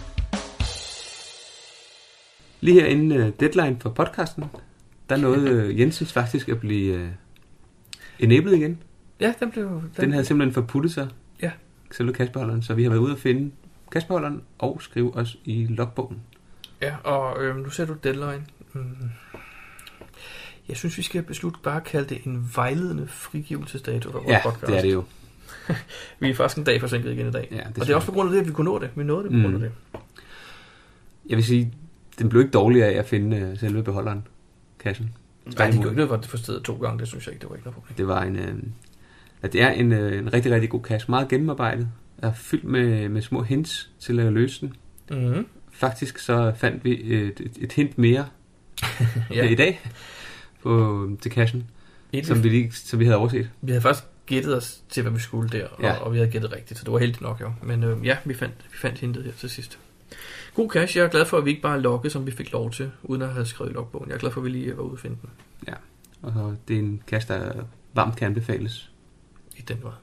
Lige her inden deadline for podcasten, der nåede Jensens faktisk at blive enabled igen. Ja, den havde simpelthen forputtet sig, ja. Selve cachebeholderen, så vi har været ude at finde cachebeholderen og skrive os i logbogen. Ja, og nu ser du deadline. Jeg synes, vi skal beslutte bare at kalde det en vejledende frigivelsesdato for vores podcast. Ja, det er det jo. Vi er faktisk en dag forsinket igen i dag. Ja, og det er også på grund af det, at vi kunne nå det. Vi nåede det på grund af det. Jeg vil sige, den blev ikke dårligere af at finde selve beholderen, cachen. Nej, det gjorde ikke noget, var det for stedet 2 gange. Det synes jeg ikke, det var ikke noget problem. Det var det er en rigtig, rigtig god cache. Meget gennemarbejdet. Der er fyldt med små hints til at løse den. Mm-hmm. Faktisk så fandt vi et hint mere i dag til cachen, som vi havde overset. Vi havde faktisk gættet os til, hvad vi skulle der, og vi havde gættet rigtigt, så det var heldigt nok jo. Men vi fandt hintet her til sidst. God cache. Jeg er glad for, at vi ikke bare loggede, som vi fik lov til, uden at have skrevet i logbogen. Jeg er glad for, at vi lige var ude at finde den. Ja, og det er en cache, der varmt kan anbefales. I den grad.